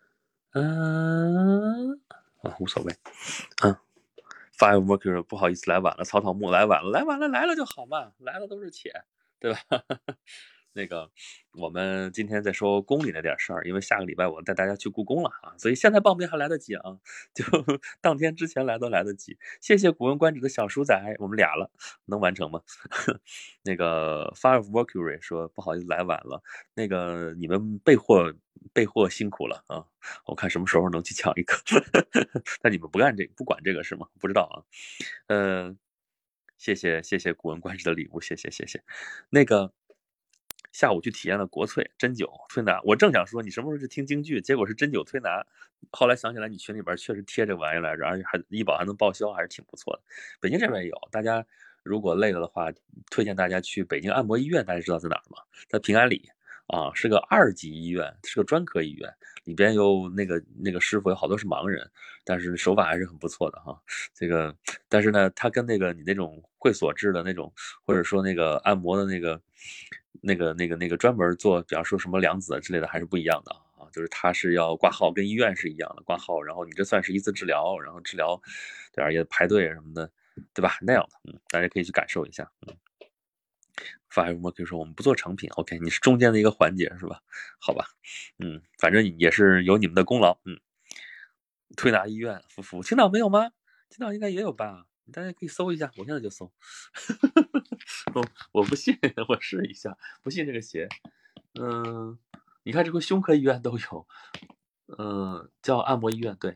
嗯、啊，啊，无所谓。嗯，Five Worker 不好意思来晚了，草草木来晚了，来晚了来了就好嘛，来了都是且，对吧？那个，我们今天在说宫里那点事儿，因为下个礼拜我带大家去故宫了啊，所以现在报名还来得及啊，就当天之前来都来得及。谢谢古文观止的小鼠仔，我们俩了，能完成吗？那个 Five Mercury 说不好意思来晚了，那个你们备货备货辛苦了啊，我看什么时候能去抢一个。但你们不干这不管这个是吗？不知道啊，呃，谢谢谢谢古文观止的礼物，谢谢谢谢，那个。 下午去体验了国粹、针灸、推拿。我正想说你什么时候去听京剧，结果是针灸推拿。后来想起来你群里边确实贴这玩意来着，而且还医保还能报销，还是挺不错的。北京这边也有，大家如果累了的话，推荐大家去北京按摩医院，大家知道在哪儿吗？在平安里啊，是个二级医院，是个专科医院，里边有那个那个师傅有好多是盲人，但是手法还是很不错的哈。这个，但是呢，它跟那个你那种会所制的那种，或者说那个按摩的那个。那个、那个、那个专门做，比方说什么量子之类的，还是不一样的啊。就是它是要挂号，跟医院是一样的挂号，然后你这算是一次治疗，然后治疗，对吧？也排队什么的，对吧？那样的，嗯，大家可以去感受一下，嗯。发什么可以说我们不做成品 ，OK， 你是中间的一个环节是吧？好吧，嗯，反正也是有你们的功劳，嗯。推拿医院，夫妇，青岛没有吗？青岛应该也有吧？大家可以搜一下，我现在就搜。我我不信，我试一下，不信这个邪。嗯，你看这个胸科医院都有，嗯，叫按摩医院，对，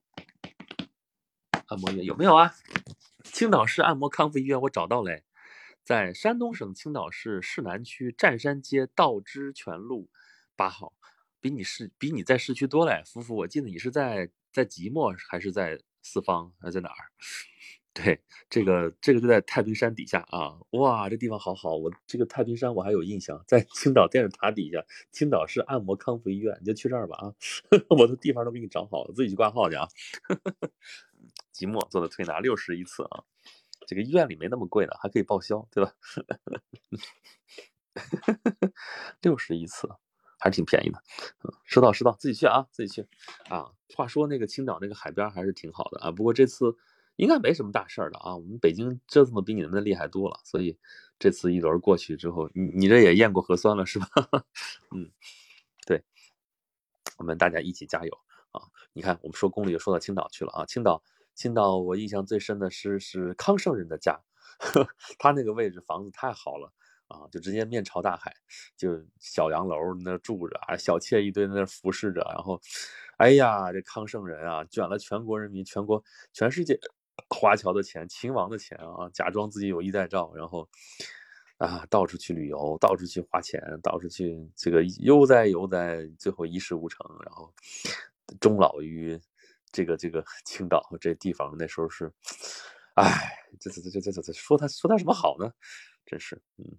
按摩医院有没有啊？青岛市按摩康复医院我找到嘞，在山东省青岛市市南区占山街道之泉路八号，比你市比你在市区多嘞，夫妇，我记得你是在在即墨还是在四方还是在哪儿？对，这个这个就在太平山底下啊，哇，这地方好好，我这个太平山我还有印象，在青岛电视塔底下，青岛市按摩康复医院，你就去这儿吧啊，我的地方都给你找好了，自己去挂号去啊。即墨做的推拿六十一次啊，这个医院里没那么贵的，还可以报销，对吧？六十一次，还是挺便宜的。嗯，收到收到，自己去啊，自己去啊。话说那个青岛那个海边还是挺好的啊，不过这次应该没什么大事儿的啊。我们北京折腾的比你们的厉害多了，所以这次一轮过去之后，你你这也验过核酸了是吧？嗯，对，我们大家一起加油啊！你看，我们说攻略说到青岛去了啊，青岛青岛我印象最深的是是康圣人的家，他那个位置房子太好了。啊，就直接面朝大海，就小洋楼那住着啊，小妾一堆在那服侍着，然后，哎呀，这康圣人啊，卷了全国人民、全国、全世界华侨的钱、秦王的钱啊，假装自己有衣带诏，然后啊，到处去旅游，到处去花钱，到处去这个悠哉悠哉，最后一事无成，然后终老于这个这个青岛这地方，那时候是，哎，这这这这这这说他说他什么好呢？真是，嗯。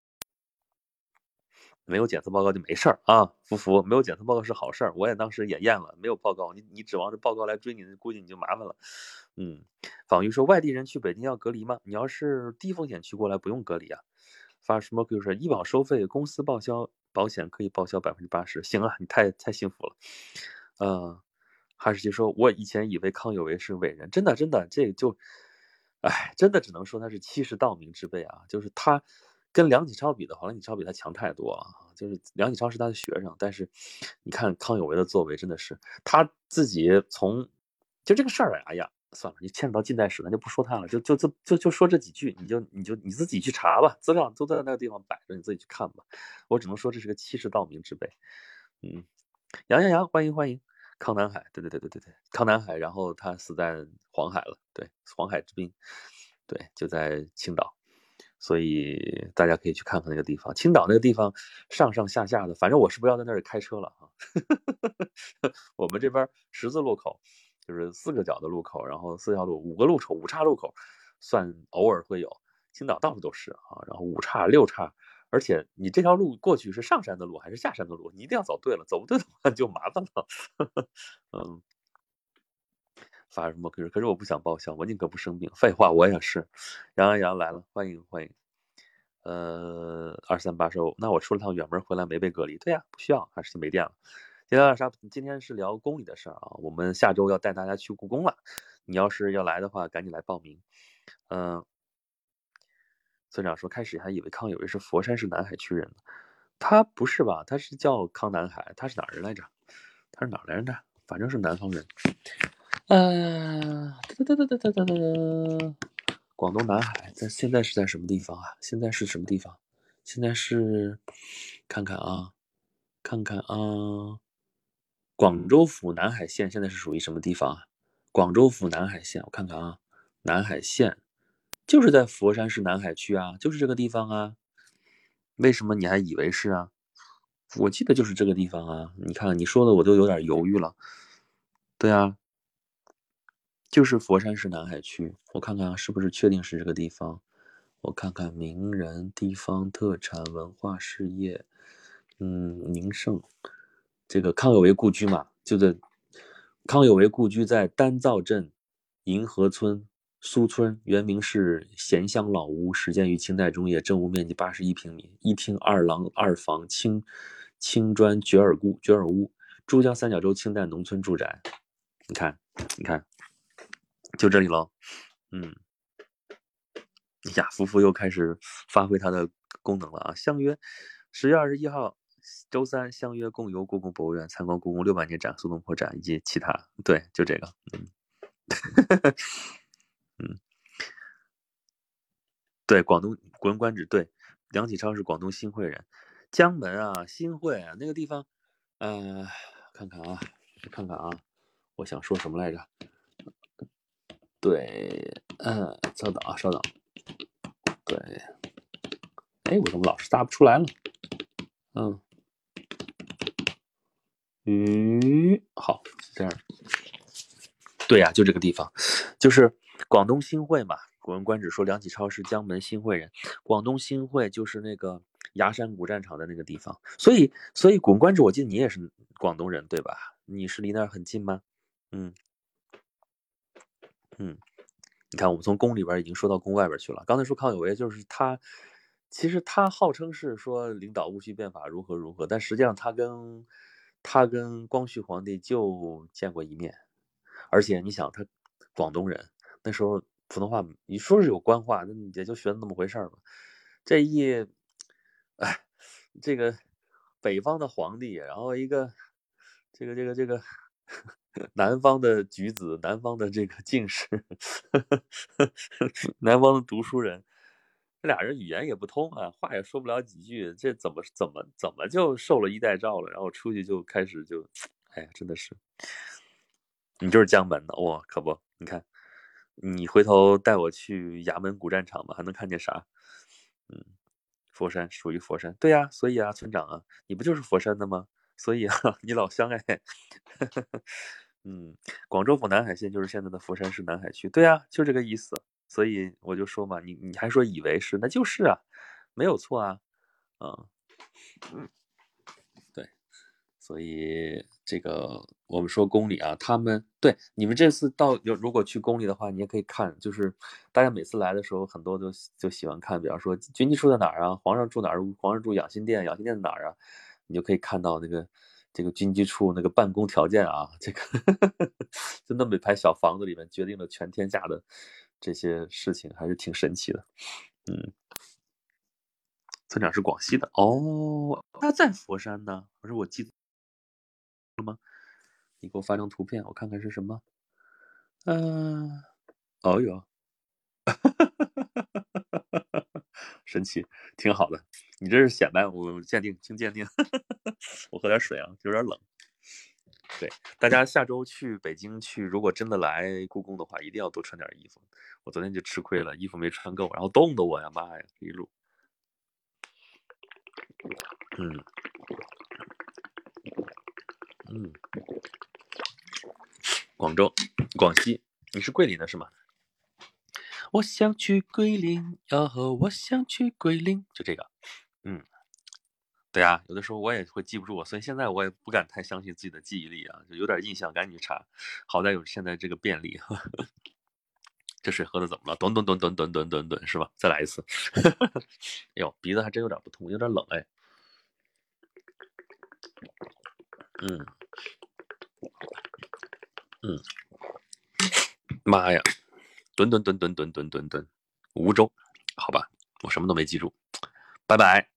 没有检测报告就没事儿啊，福福，没有检测报告是好事儿。我也当时也验了，没有报告，你你指望着报告来追你，估计你就麻烦了。嗯，仿玉说外地人去北京要隔离吗？你要是低风险区过来不用隔离啊。发什么就是医保收费，公司报销，保险可以报销百分之八十。行啊，你太太幸福了。呃，哈士奇说，我以前以为康有为是伟人，真的真的，这就，哎，真的只能说他是欺世盗名之辈啊，就是他。跟梁启超比的话，梁启超比他强太多啊！就是梁启超是他的学生，但是你看康有为的作为真的是他自己从就这个事儿，哎呀，算了，你牵扯到近代史，咱就不说他了，就就就就就说这几句，你就你就你自己去查吧，资料都在那个地方摆着，你自己去看吧。我只能说这是个欺世盗名之辈。嗯，杨洋洋，欢迎欢迎，康南海，对对对对对对，康南海，然后他死在黄海了，对，黄海之滨，对，就在青岛。所以大家可以去看看那个地方，青岛那个地方上上下下的，反正我是不要在那里开车了啊。我们这边十字路口就是四个角的路口，然后四条路五个路口五岔路口，算偶尔会有。青岛到处都是啊，然后五岔六岔，而且你这条路过去是上山的路还是下山的路，你一定要走对了，走不对的话就麻烦了。嗯。发什么？可是可是我不想报销，我宁可不生病。废话，我也是。杨洋洋来了，欢迎欢迎。呃，二三八说，那我出了趟远门回来没被隔离？对呀、啊，不需要，还是没电了。今天啥？今天是聊宫里的事儿啊。我们下周要带大家去故宫了，你要是要来的话，赶紧来报名。嗯、呃，村长说，开始还以为康有为是佛山市南海区人，他不是吧？他是叫康南海，他是哪人来着？他是哪来着？反正是南方人。呃，哒哒哒哒哒哒哒哒，广东南海在现在是在什么地方啊？现在是什么地方？现在是看看啊，看看啊，广州府南海县现在是属于什么地方啊？广州府南海县，我看看啊，南海县就是在佛山市南海区啊，就是这个地方啊。 为什么你还以为是啊？我记得就是这个地方啊！你看你说的我都有点犹豫了。对啊，就是佛山市南海区。我看看是不是确定是这个地方。我看看名人、地方特产、文化事业，嗯，名胜。这个康有为故居嘛，就在康有为故居在丹灶镇银河村苏村，原名是咸香老屋，始建于清代中叶，正屋面积八十一平米，一厅二廊二房，青青砖绝耳屋，绝耳屋，珠江三角洲清代农村住宅。你看，你看，就这里喽。嗯，呀，夫妇又开始发挥它的功能了啊！相约十月二十一号周三，相约共游故宫博物院，参观故宫六百年展、苏东坡展以及其他。对，就这个。嗯，嗯，对，广东《古文观止》对，梁启超是广东新会人，江门啊，新会啊，那个地方，呃，看看啊，看看啊，我想说什么来着？对，嗯，稍等啊，稍等。对，哎，我怎么老是答不出来了？嗯，嗯，好，这样。对呀、啊，就这个地方，就是广东新会嘛。《古文观止》说梁启超是江门新会人，广东新会就是那个崖山古战场的那个地方。所以，所以《古文观止》，我记得你也是广东人对吧？你是离那儿很近吗？嗯嗯，你看我们从宫里边已经说到宫外边去了。刚才说康有为，就是他，其实他号称是说领导戊戌变法如何如何，但实际上他跟他跟光绪皇帝就见过一面。而且你想，他广东人，那时候普通话你说是有官话，那也就学的那么回事儿嘛。这一，哎，这个北方的皇帝，然后一个这个这个这个南方的举子，南方的这个进士，南方的读书人，这俩人语言也不通啊，话也说不了几句，这怎么怎么怎么就受了一代诏了？然后出去就开始就，哎呀，真的是。你就是江门的哇，可不，你看，你回头带我去衙门古战场吧，还能看见啥？嗯，佛山属于佛山，对呀、啊，所以啊，村长啊，你不就是佛山的吗？所以啊，你老乡哎，嗯，广州府南海县就是现在的佛山市南海区，对啊，就这个意思。所以我就说嘛，你你还说以为是，那就是啊，没有错啊，啊、嗯，对。所以这个我们说宫里啊，他们对你们这次到有如果去宫里的话，你也可以看，就是大家每次来的时候，很多都就喜欢看，比方说军机处在哪儿啊，皇上住哪儿，皇上住养心殿，养心殿在哪儿啊，你就可以看到那个这个军机处那个办公条件啊，这个就那么一排小房子里面决定了全天下的这些事情，还是挺神奇的。嗯，村长是广西的哦，他在佛山呢，不是我记你给我发张图片，我看看是什么。嗯、呃，哦哟，神奇，挺好的。你这是显摆我鉴定，请鉴定。我喝点水啊，有点冷。对，大家下周去北京去，如果真的来故宫的话，一定要多穿点衣服。我昨天就吃亏了，衣服没穿够，然后冻的我呀妈呀，一路。嗯嗯，广州，广西，你是桂林的是吗？我想去桂林，然后我想去桂林，就这个。嗯。对啊，有的时候我也会记不住，所以现在我也不敢太相信自己的记忆力啊，就有点印象赶紧去查。好在有现在这个便利。这水喝的怎么了？吨吨吨吨吨吨吨吨是吧？再来一次。哎呦，鼻子还真有点不通，有点冷哎。嗯嗯，妈呀，吨吨吨吨吨吨吨吨，梧州，好吧，我什么都没记住，拜拜。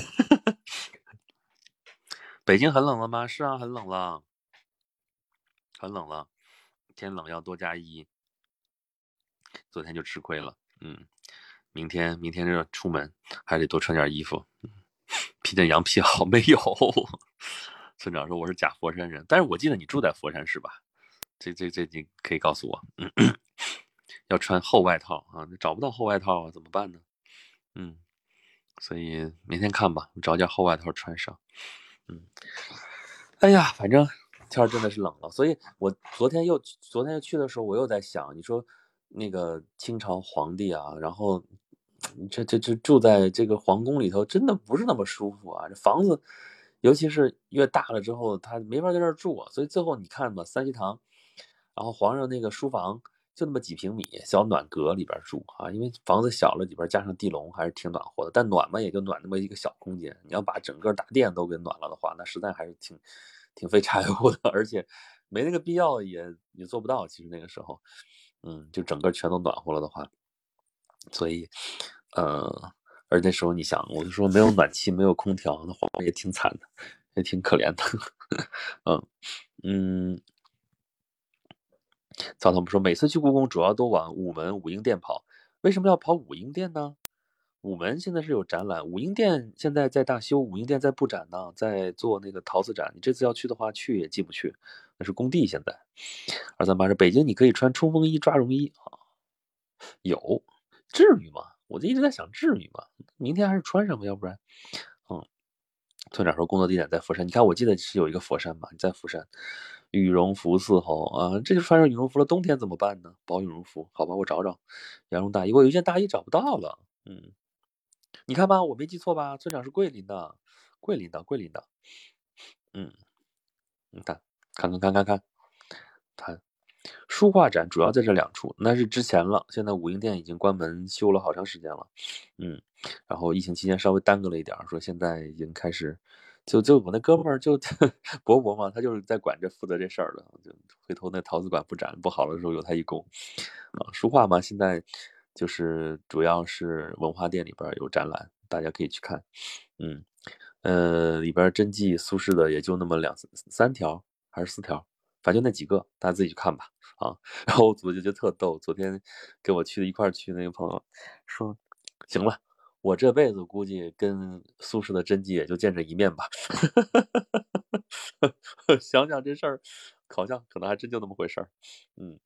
北京很冷了吗？是啊，很冷了，很冷了，天冷要多加衣。昨天就吃亏了，嗯，明天明天这出门还得多穿点衣服。披件羊皮好没有？村长说我是假佛山人，但是我记得你住在佛山是吧？这这这你可以告诉我。嗯，要穿厚外套啊，找不到厚外套啊，怎么办呢？嗯， 所以明天看吧，找件厚外套穿上。嗯，哎呀，反正天儿真的是冷了，所以我昨天又昨天又去的时候，我又在想，你说那个清朝皇帝啊，然后这这这住在这个皇宫里头，真的不是那么舒服啊。这房子，尤其是越大了之后，他没法在这儿住啊。所以最后你看吧，三希堂，然后皇上那个书房就那么几平米，小暖阁里边住啊，因为房子小了，里边加上地笼还是挺暖和的。但暖嘛，也就暖那么一个小空间。你要把整个大殿都给暖了的话，那实在还是挺挺费柴火的，而且没那个必要也也做不到。其实那个时候，嗯，就整个全都暖和了的话，所以，呃，而那时候你想，我就说没有暖气，没有空调，那皇上也挺惨的，也挺可怜的。嗯嗯。曹操们说，每次去故宫主要都往午门、武英殿跑，为什么要跑武英殿呢？午门现在是有展览，武英殿现在在大修，武英殿在布展呢，在做那个陶瓷展。你这次要去的话，去也进不去，那是工地。现在二三八说，北京你可以穿冲锋衣、抓绒衣啊，有，至于吗？我就一直在想，至于吗？明天还是穿上吧，要不然，嗯。村长说工作地点在佛山，你看我记得是有一个佛山嘛，你在佛山，羽绒服伺候啊，这就穿上羽绒服了，冬天怎么办呢？保羽绒服，好吧，我找找，羊绒大衣，我有一件大衣找不到了，嗯，你看吧，我没记错吧？村长是桂林的，桂林的，桂林的，嗯，你看，看看看看看，看，书画展主要在这两处，那是之前了，现在武英殿已经关门修了好长时间了，嗯，然后疫情期间稍微耽搁了一点，说现在已经开始。就就我那哥们儿就博博嘛，他就是在管这负责这事儿的，就回头那陶瓷馆布展不好的时候有他一功啊。书画嘛，现在就是主要是文化店里边有展览，大家可以去看。嗯，呃，里边真迹苏轼的也就那么两三条还是四条，反正就那几个，大家自己去看吧。啊，然后我组就觉得特逗，昨天跟我去的一块儿去那个朋友说，行了。我这辈子估计跟苏轼的真迹也就见这一面吧。想想这事儿，好像可能还真就那么回事儿。嗯，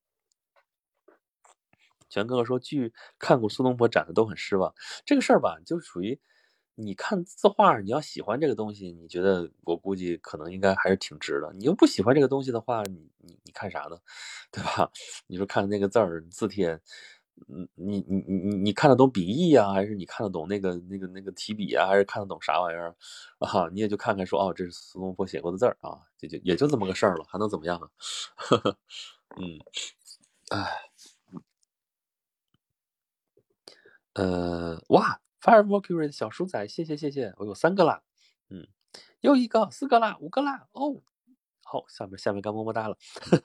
全哥哥说，据看过苏东坡展的都很失望。这个事儿吧，就属于你看字画，你要喜欢这个东西，你觉得我估计可能应该还是挺值的。你又不喜欢这个东西的话，你你你看啥呢？对吧？你说看那个字儿字帖，嗯，你你你你你看得懂笔意啊，还是你看得懂那个那个那个提笔啊，还是看得懂啥玩意儿啊？你也就看看说，哦，这是苏东坡写过的字儿啊，就就也就这么个事儿了，还能怎么样啊？嗯，哎。呃，哇，Fire Mercury 的小鼠仔，谢谢谢谢，我有三个啦，嗯，又一个，四个啦，五个啦，哦，好，下面下面该么么哒了，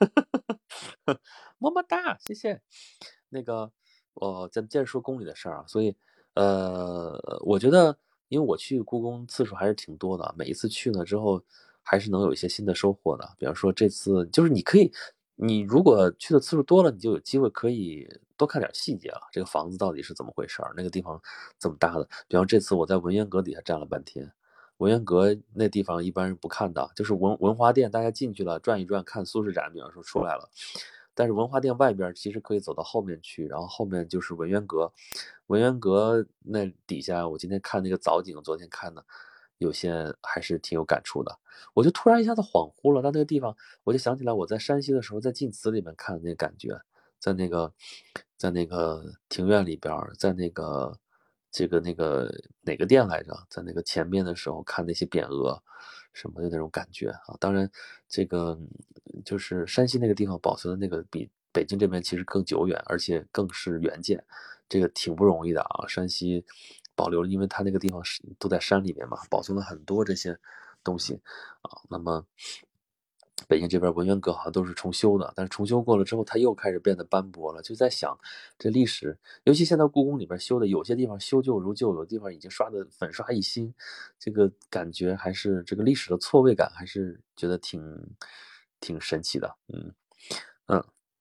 么么哒，谢谢。那个，我咱们接着说宫里的事儿啊，所以，呃，我觉得，因为我去故宫次数还是挺多的，每一次去了之后，还是能有一些新的收获的。比方说这次，就是你可以，你如果去的次数多了，你就有机会可以多看点细节了。这个房子到底是怎么回事儿？那个地方怎么搭的？比方这次我在文渊阁底下站了半天。文渊阁那地方一般人不看的，就是文文华殿，大家进去了转一转，看苏轼展，比方说出来了。但是文华殿外边其实可以走到后面去，然后后面就是文渊阁。文渊阁那底下，我今天看那个藻井，昨天看的，有些还是挺有感触的。我就突然一下子恍惚了，到那个地方，我就想起来我在山西的时候，在晋祠里面看的那个感觉，在那个在那个庭院里边，在那个这个那个哪个殿来着，在那个前面的时候看那些匾额什么的那种感觉啊。当然，这个就是山西那个地方保存的那个比北京这边其实更久远，而且更是原件，这个挺不容易的啊。山西保留了，因为它那个地方是都在山里面嘛，保存了很多这些东西啊。那么北京这边文渊阁好像都是重修的，但是重修过了之后，它又开始变得斑驳了。就在想，这历史，尤其现在故宫里边修的，有些地方修旧如旧，有的地方已经刷的粉刷一新，这个感觉还是这个历史的错位感，还是觉得挺挺神奇的。嗯嗯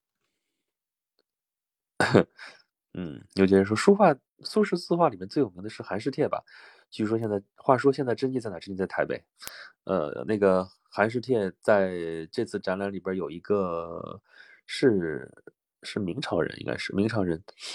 嗯，有些人说书画苏轼字画里面最有名的是寒食帖吧？据说现在，话说现在真迹在哪？真迹在台北。呃，那个寒食帖在这次展览里边有一个是是明朝人，应该是明朝人，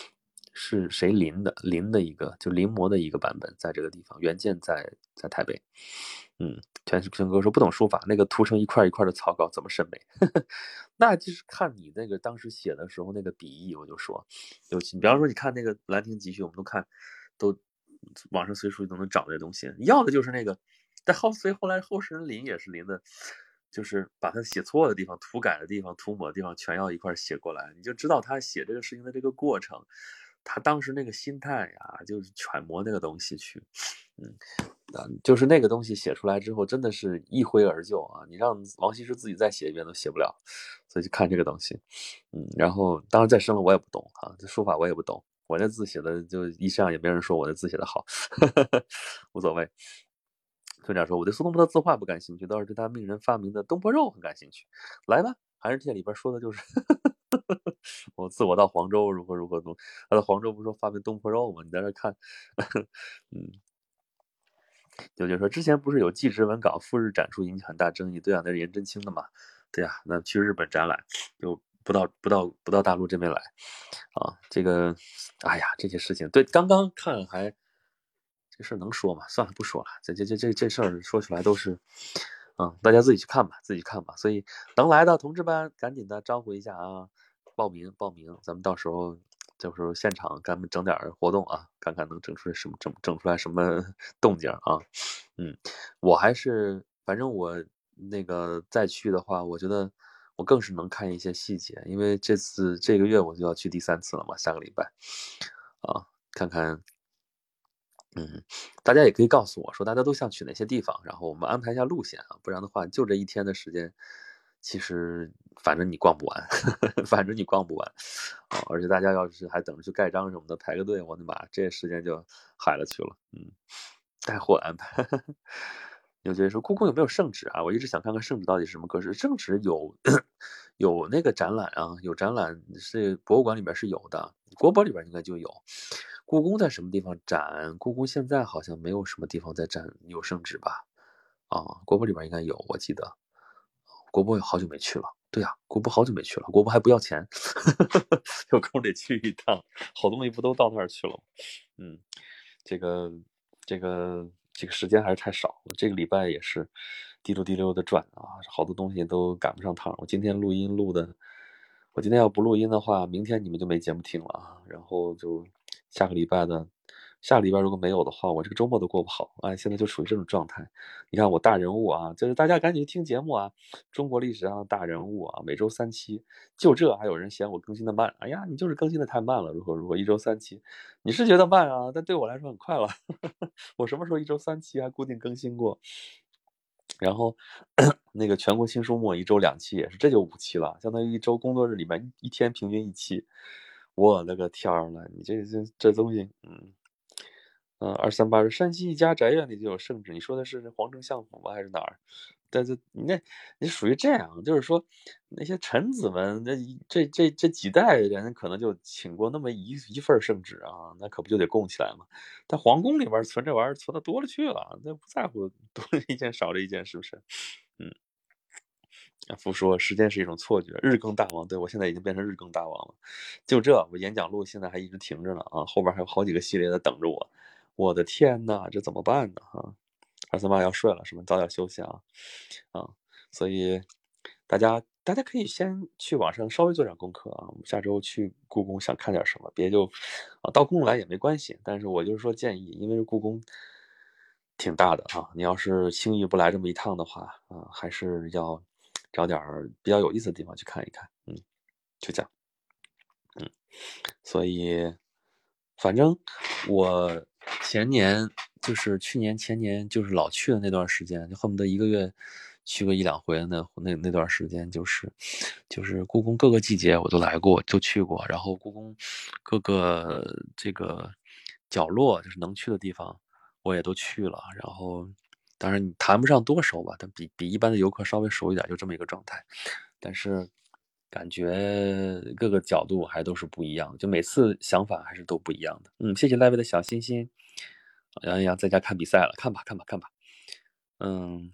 是谁临的？临的一个就临摹的一个版本，在这个地方，原件在在台北。嗯，全全哥说不懂书法，那个涂成一块一块的草稿怎么审美？那就是看你那个当时写的时候那个笔意。我就说，尤其比方说你看那个《兰亭集序》，我们都看，都网上随处都能找这东西，要的就是那个。但后所以后来后世人临也是临的，就是把他写错的地方、涂改的地方、涂抹的地方全要一块写过来，你就知道他写这个事情的这个过程，他当时那个心态呀，就是揣摩那个东西去，嗯。就是那个东西写出来之后，真的是一挥而就啊！你让王羲之自己再写一遍都写不了，所以就看这个东西，嗯，然后当然再深了我也不懂啊，这书法我也不懂，我这字写的就一上也没人说我的字写的好，无所谓。村长说：“我对苏东坡的字画不感兴趣，倒是对他命人发明的东坡肉很感兴趣。来吧，寒食帖里边说的就是我自我到黄州如何如何东，他到黄州不是说发明东坡肉吗？你在这看，嗯。”有就说之前不是有祭侄文稿赴日展出引起很大争议，对啊，那是颜真卿的嘛，对啊，那去日本展览就不到不到不到大陆这边来啊，这个，哎呀，这些事情对，刚刚看还这事儿能说吗？算了，不说了，这这这这这事儿说起来都是，嗯，大家自己去看吧，自己看吧。所以能来的同志班赶紧的招呼一下啊，报名报名，咱们到时候。到时候现场咱们整点活动啊，看看能整出来什么整整出来什么动静啊。嗯，我还是反正我那个再去的话，我觉得我更是能看一些细节，因为这次这个月我就要去第三次了嘛，下个礼拜啊，看看。嗯，大家也可以告诉我说大家都想去哪些地方，然后我们安排一下路线啊，不然的话就这一天的时间，其实反正你逛不完，反正你逛不完啊，而且大家要是还等着去盖章什么的排个队，我的妈，这时间就海了去了。嗯，带货安排。有些人说故宫有没有圣旨啊？我一直想看看圣旨到底是什么格式。圣旨有有那个展览啊，有展览是博物馆里边是有的，国博里边应该就有。故宫在什么地方展？故宫现在好像没有什么地方在展有圣旨吧？啊，国博里边应该有，我记得。国博好久没去了。对呀、啊，国博好久没去了，国博还不要钱，有空得去一趟。好东西不都到那儿去了吗？嗯，这个这个这个时间还是太少。我这个礼拜也是滴溜滴溜的转啊，好多东西都赶不上趟。我今天录音录的，我今天要不录音的话，明天你们就没节目听了啊。然后就下个礼拜的，下个礼拜如果没有的话，我这个周末都过不好。哎，现在就处于这种状态。你看我大人物啊，就是大家赶紧听节目啊，中国历史上的大人物啊，每周三期。就这还有人嫌我更新的慢，哎呀，你就是更新的太慢了。如何如何，一周三期，你是觉得慢啊？但对我来说很快了。我什么时候一周三期还固定更新过？然后那个全国新书目一周两期也是，这就五期了，相当于一周工作日里面一天平均一期。我勒个天儿了，你这这这东西，嗯。嗯，二三八是山西一家宅院里就有圣旨，你说的是皇城相府吗？还是哪儿？但是你那，你属于这样，就是说那些臣子们，这这这这几代人可能就请过那么一一份圣旨啊，那可不就得供起来吗？但皇宫里边存这玩意儿存的多了去了，那不在乎多了一件少了一件，是不是？嗯。夫说时间是一种错觉，日更大王，对，我现在已经变成日更大王了。就这，我演讲录现在还一直停着呢啊，后边还有好几个系列在等着我。我的天呐，这怎么办呢？哈，二三八要睡了是吗？早点休息啊啊！所以大家大家可以先去网上稍微做点功课啊。我们下周去故宫想看点什么，别就啊到故宫来也没关系。但是我就是说建议，因为故宫挺大的啊，你要是轻易不来这么一趟的话啊，还是要找点比较有意思的地方去看一看。嗯，就这样。嗯，所以反正我前年就是去年前年就是老去的那段时间，就恨不得一个月去个一两回的那那那段时间，就是就是故宫各个季节我都来过，都去过，然后故宫各个这个角落就是能去的地方我也都去了，然后当然你谈不上多熟吧，但比比一般的游客稍微熟一点，就这么一个状态，但是。感觉各个角度还都是不一样的，就每次想法还是都不一样的。嗯，谢谢赖位的小心心。杨洋在家看比赛了，看吧，看吧，看吧。嗯，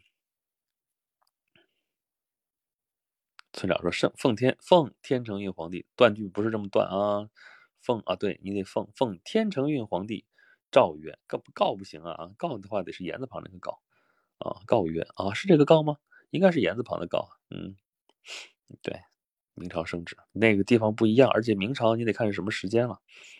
村长说：“圣奉天奉天承运皇帝，断句不是这么断啊， 奉啊，对你得奉奉天承运皇帝诏曰，告不告不行啊？告的话得是言字旁那个告啊，告曰啊，是这个告吗？应该是言字旁的告，嗯，对，明朝圣旨那个地方不一样，而且明朝你得看是什么时间了。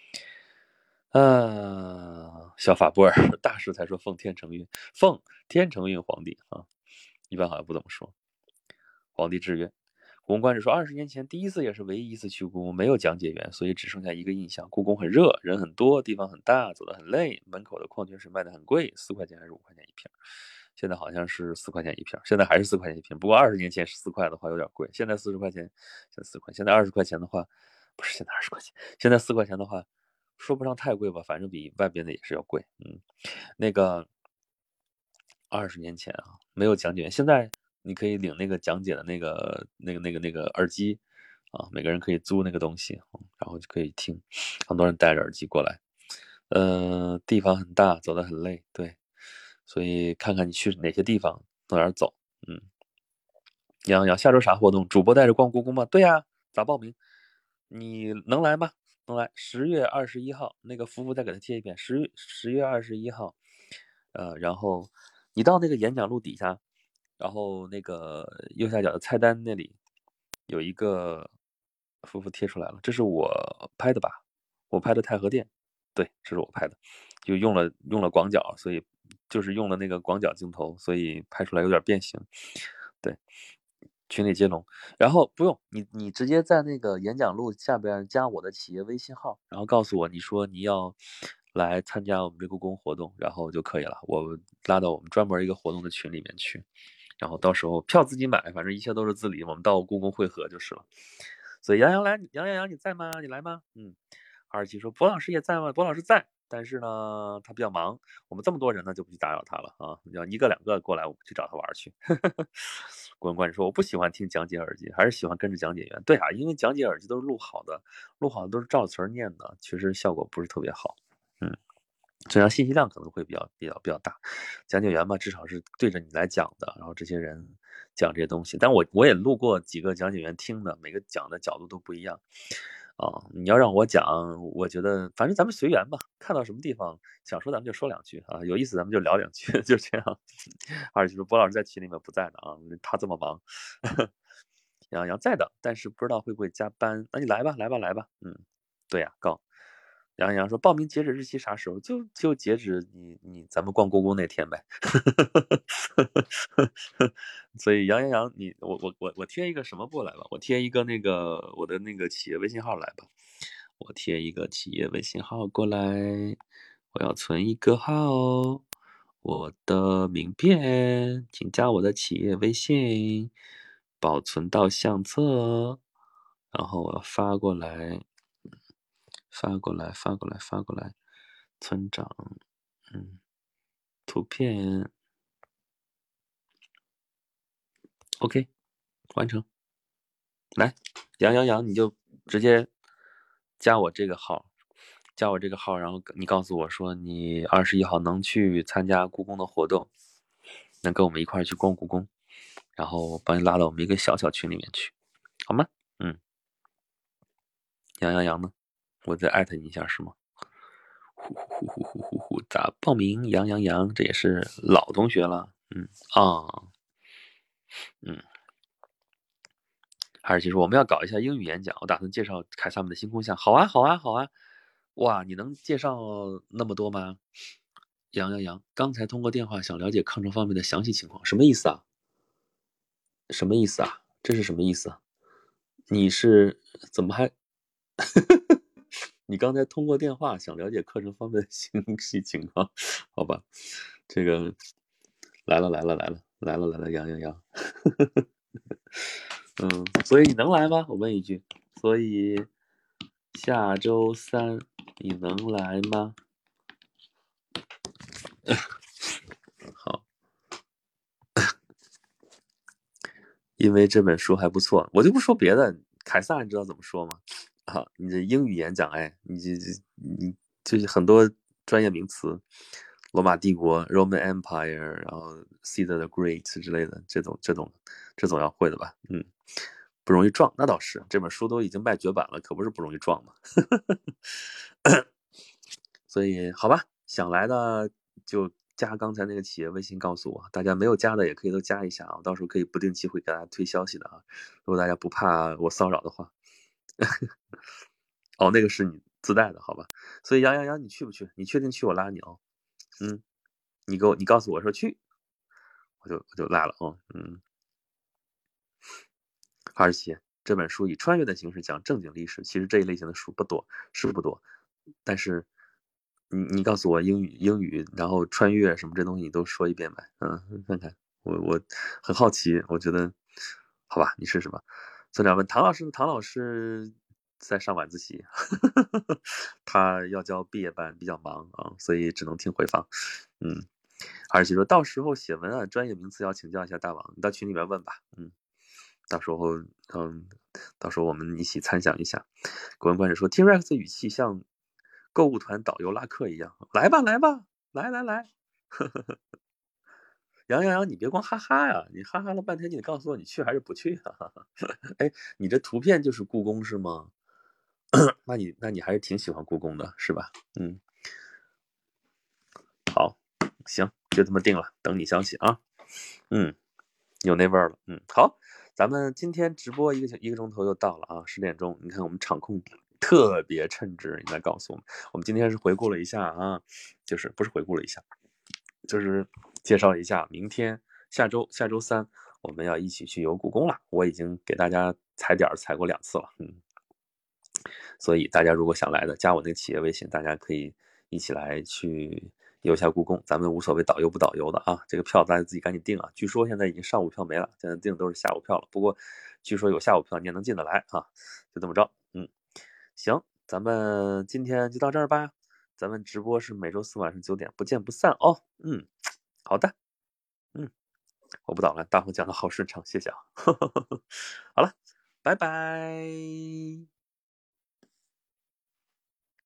啊，小法布尔大师才说奉天承运，奉天承运皇帝啊，一般好像不怎么说。皇帝制曰，故宫官职说，二十年前第一次也是唯一一次去故宫，没有讲解员，所以只剩下一个印象：故宫很热，人很多，地方很大，走得很累，门口的矿泉水卖得很贵，四块钱还是五块钱一瓶？现在好像是四块钱一瓶，现在还是四块钱一瓶。不过二十年前十四块的话有点贵，现在四十块钱，现在四块，现在二十块钱的话，不是现在二十块钱，现在四块钱的话，说不上太贵吧，反正比外边的也是要贵。嗯，那个二十年前啊，没有讲解员，现在你可以领那个讲解的那个那个那个那个耳机啊，每个人可以租那个东西，然后就可以听。很多人戴着耳机过来，呃，地方很大，走得很累，对，所以看看你去哪些地方，到哪儿走。嗯，杨洋，下周啥活动？主播带着逛故宫吗？对呀、啊，咋报名？你能来吗？能来。十月二十一号，那个福福再给他贴一遍。十十月二十一号，呃，然后你到那个演讲录底下，然后那个右下角的菜单那里有一个福福贴出来了，这是我拍的吧？我拍的太和殿，对，这是我拍的，就用了用了广角，所以就是用了那个广角镜头，所以拍出来有点变形。对，群里接龙，然后不用你，你直接在那个演讲录下边加我的企业微信号，然后告诉我你说你要来参加我们这故宫活动，然后就可以了，我拉到我们专门一个活动的群里面去，然后到时候票自己买，反正一切都是自理，我们到故宫会合就是了。所以杨洋来，杨洋洋你在吗？你来吗？嗯，二十七说博老师也在吗？博老师在。但是呢，他比较忙，我们这么多人呢，就不去打扰他了啊！要一个两个过来，我们去找他玩去。郭文官说：“我不喜欢听讲解耳机，还是喜欢跟着讲解员。对啊，因为讲解耳机都是录好的，录好的都是照词儿念的，其实效果不是特别好。嗯，这样信息量可能会比较比较比较大。讲解员嘛，至少是对着你来讲的，然后这些人讲这些东西。但我我也录过几个讲解员听的，每个讲的角度都不一样。”啊，你要让我讲，我觉得反正咱们随缘吧，看到什么地方想说咱们就说两句啊，有意思咱们就聊两句，就这样。二就是波老师在群里面不在呢啊，他这么忙。杨洋在的，但是不知道会不会加班。那你来吧，来吧，来吧。嗯，对呀、啊，告。杨洋说报名截止日期啥时候？就就截止你你咱们逛故宫那天呗。所以杨洋洋，你我我我我贴一个什么过来吧？我贴一个那个我的那个企业微信号来吧。我贴一个企业微信号过来，我要存一个号，我的名片，请加我的企业微信，保存到相册，然后我要发过来。发过来，发过来，发过来，村长，嗯，图片 ，OK，完成。来，杨洋洋，你就直接加我这个号，加我这个号，然后你告诉我说你二十一号能去参加故宫的活动，能跟我们一块去逛故宫，然后我帮你拉到我们一个小小群里面去，好吗？嗯，杨洋洋呢？我再艾特你一下是吗？呼呼呼呼呼呼，咋报名？杨洋洋，这也是老同学了。嗯啊，嗯，还是其实我们要搞一下英语演讲，我打算介绍凯撒们的星空像。好啊，好啊，好啊！哇，你能介绍那么多吗？杨洋洋，刚才通过电话想了解抗争方面的详细情况，什么意思啊？什么意思啊？这是什么意思啊？你是怎么还？你刚才通过电话想了解课程方面的详细情况，好吧？这个来了来了来了来了来了，杨洋洋。嗯，所以你能来吗？我问一句。所以下周三你能来吗？好，因为这本书还不错，我就不说别的。凯撒，你知道怎么说吗？啊，你这英语演讲，哎，你这这你就是很多专业名词，罗马帝国 （Roman Empire），然后 Caesar the Great 之类的，这种这种这总要会的吧？嗯。 不容易撞，那倒是，这本书都已经卖绝版了，可不是不容易撞嘛。所以好吧，想来的就加刚才那个企业微信告诉我，大家没有加的也可以都加一下啊，到时候可以不定期会给大家推消息的啊，如果大家不怕我骚扰的话。哦，那个是你自带的，好吧？所以杨洋洋，你去不去？你确定去我拉你哦？嗯，你给我，你告诉我说去，我就我就拉了哦。嗯，二十七，这本书以穿越的形式讲正经历史，其实这一类型的书不多，是不多，但是你你告诉我英语英语，然后穿越什么这东西你都说一遍呗。嗯，看看我我很好奇，我觉得好吧，你试试吧。村长问唐老师，唐老师在上晚自习，他要交毕业班，比较忙啊，所以只能听回放。嗯，二十七说到时候写文案专业名词要请教一下大王，你到群里面问吧。嗯，到时候嗯，到时候我们一起参详一下。国文观者说，听 Rex 的语气像购物团导游拉客一样，来吧来吧，来来来。杨洋洋，你别光哈哈呀，你哈哈了半天，你得告诉我你去还是不去啊？哎，你这图片就是故宫是吗？那你那你还是挺喜欢故宫的是吧？嗯，好，行，就这么定了，等你消息啊。嗯，有那味儿了。嗯，好，咱们今天直播一个一个钟头又到了啊，十点钟。你看我们场控特别称职，应该告诉我们，我们今天是回顾了一下啊，就是不是回顾了一下，就是介绍一下明天下周下周三我们要一起去游故宫了。我已经给大家踩点踩过两次了，嗯，所以大家如果想来的，加我那个企业微信，大家可以一起来去游一下故宫。咱们无所谓导游不导游的啊，这个票大家自己赶紧订啊。据说现在已经上午票没了，现在订的都是下午票了。不过据说有下午票你也能进得来啊，就这么着。嗯，行，咱们今天就到这儿吧。咱们直播是每周四晚上九点，不见不散哦。嗯，好的。嗯，我不捣乱，大伙讲的好顺畅，谢谢啊。好了，拜拜。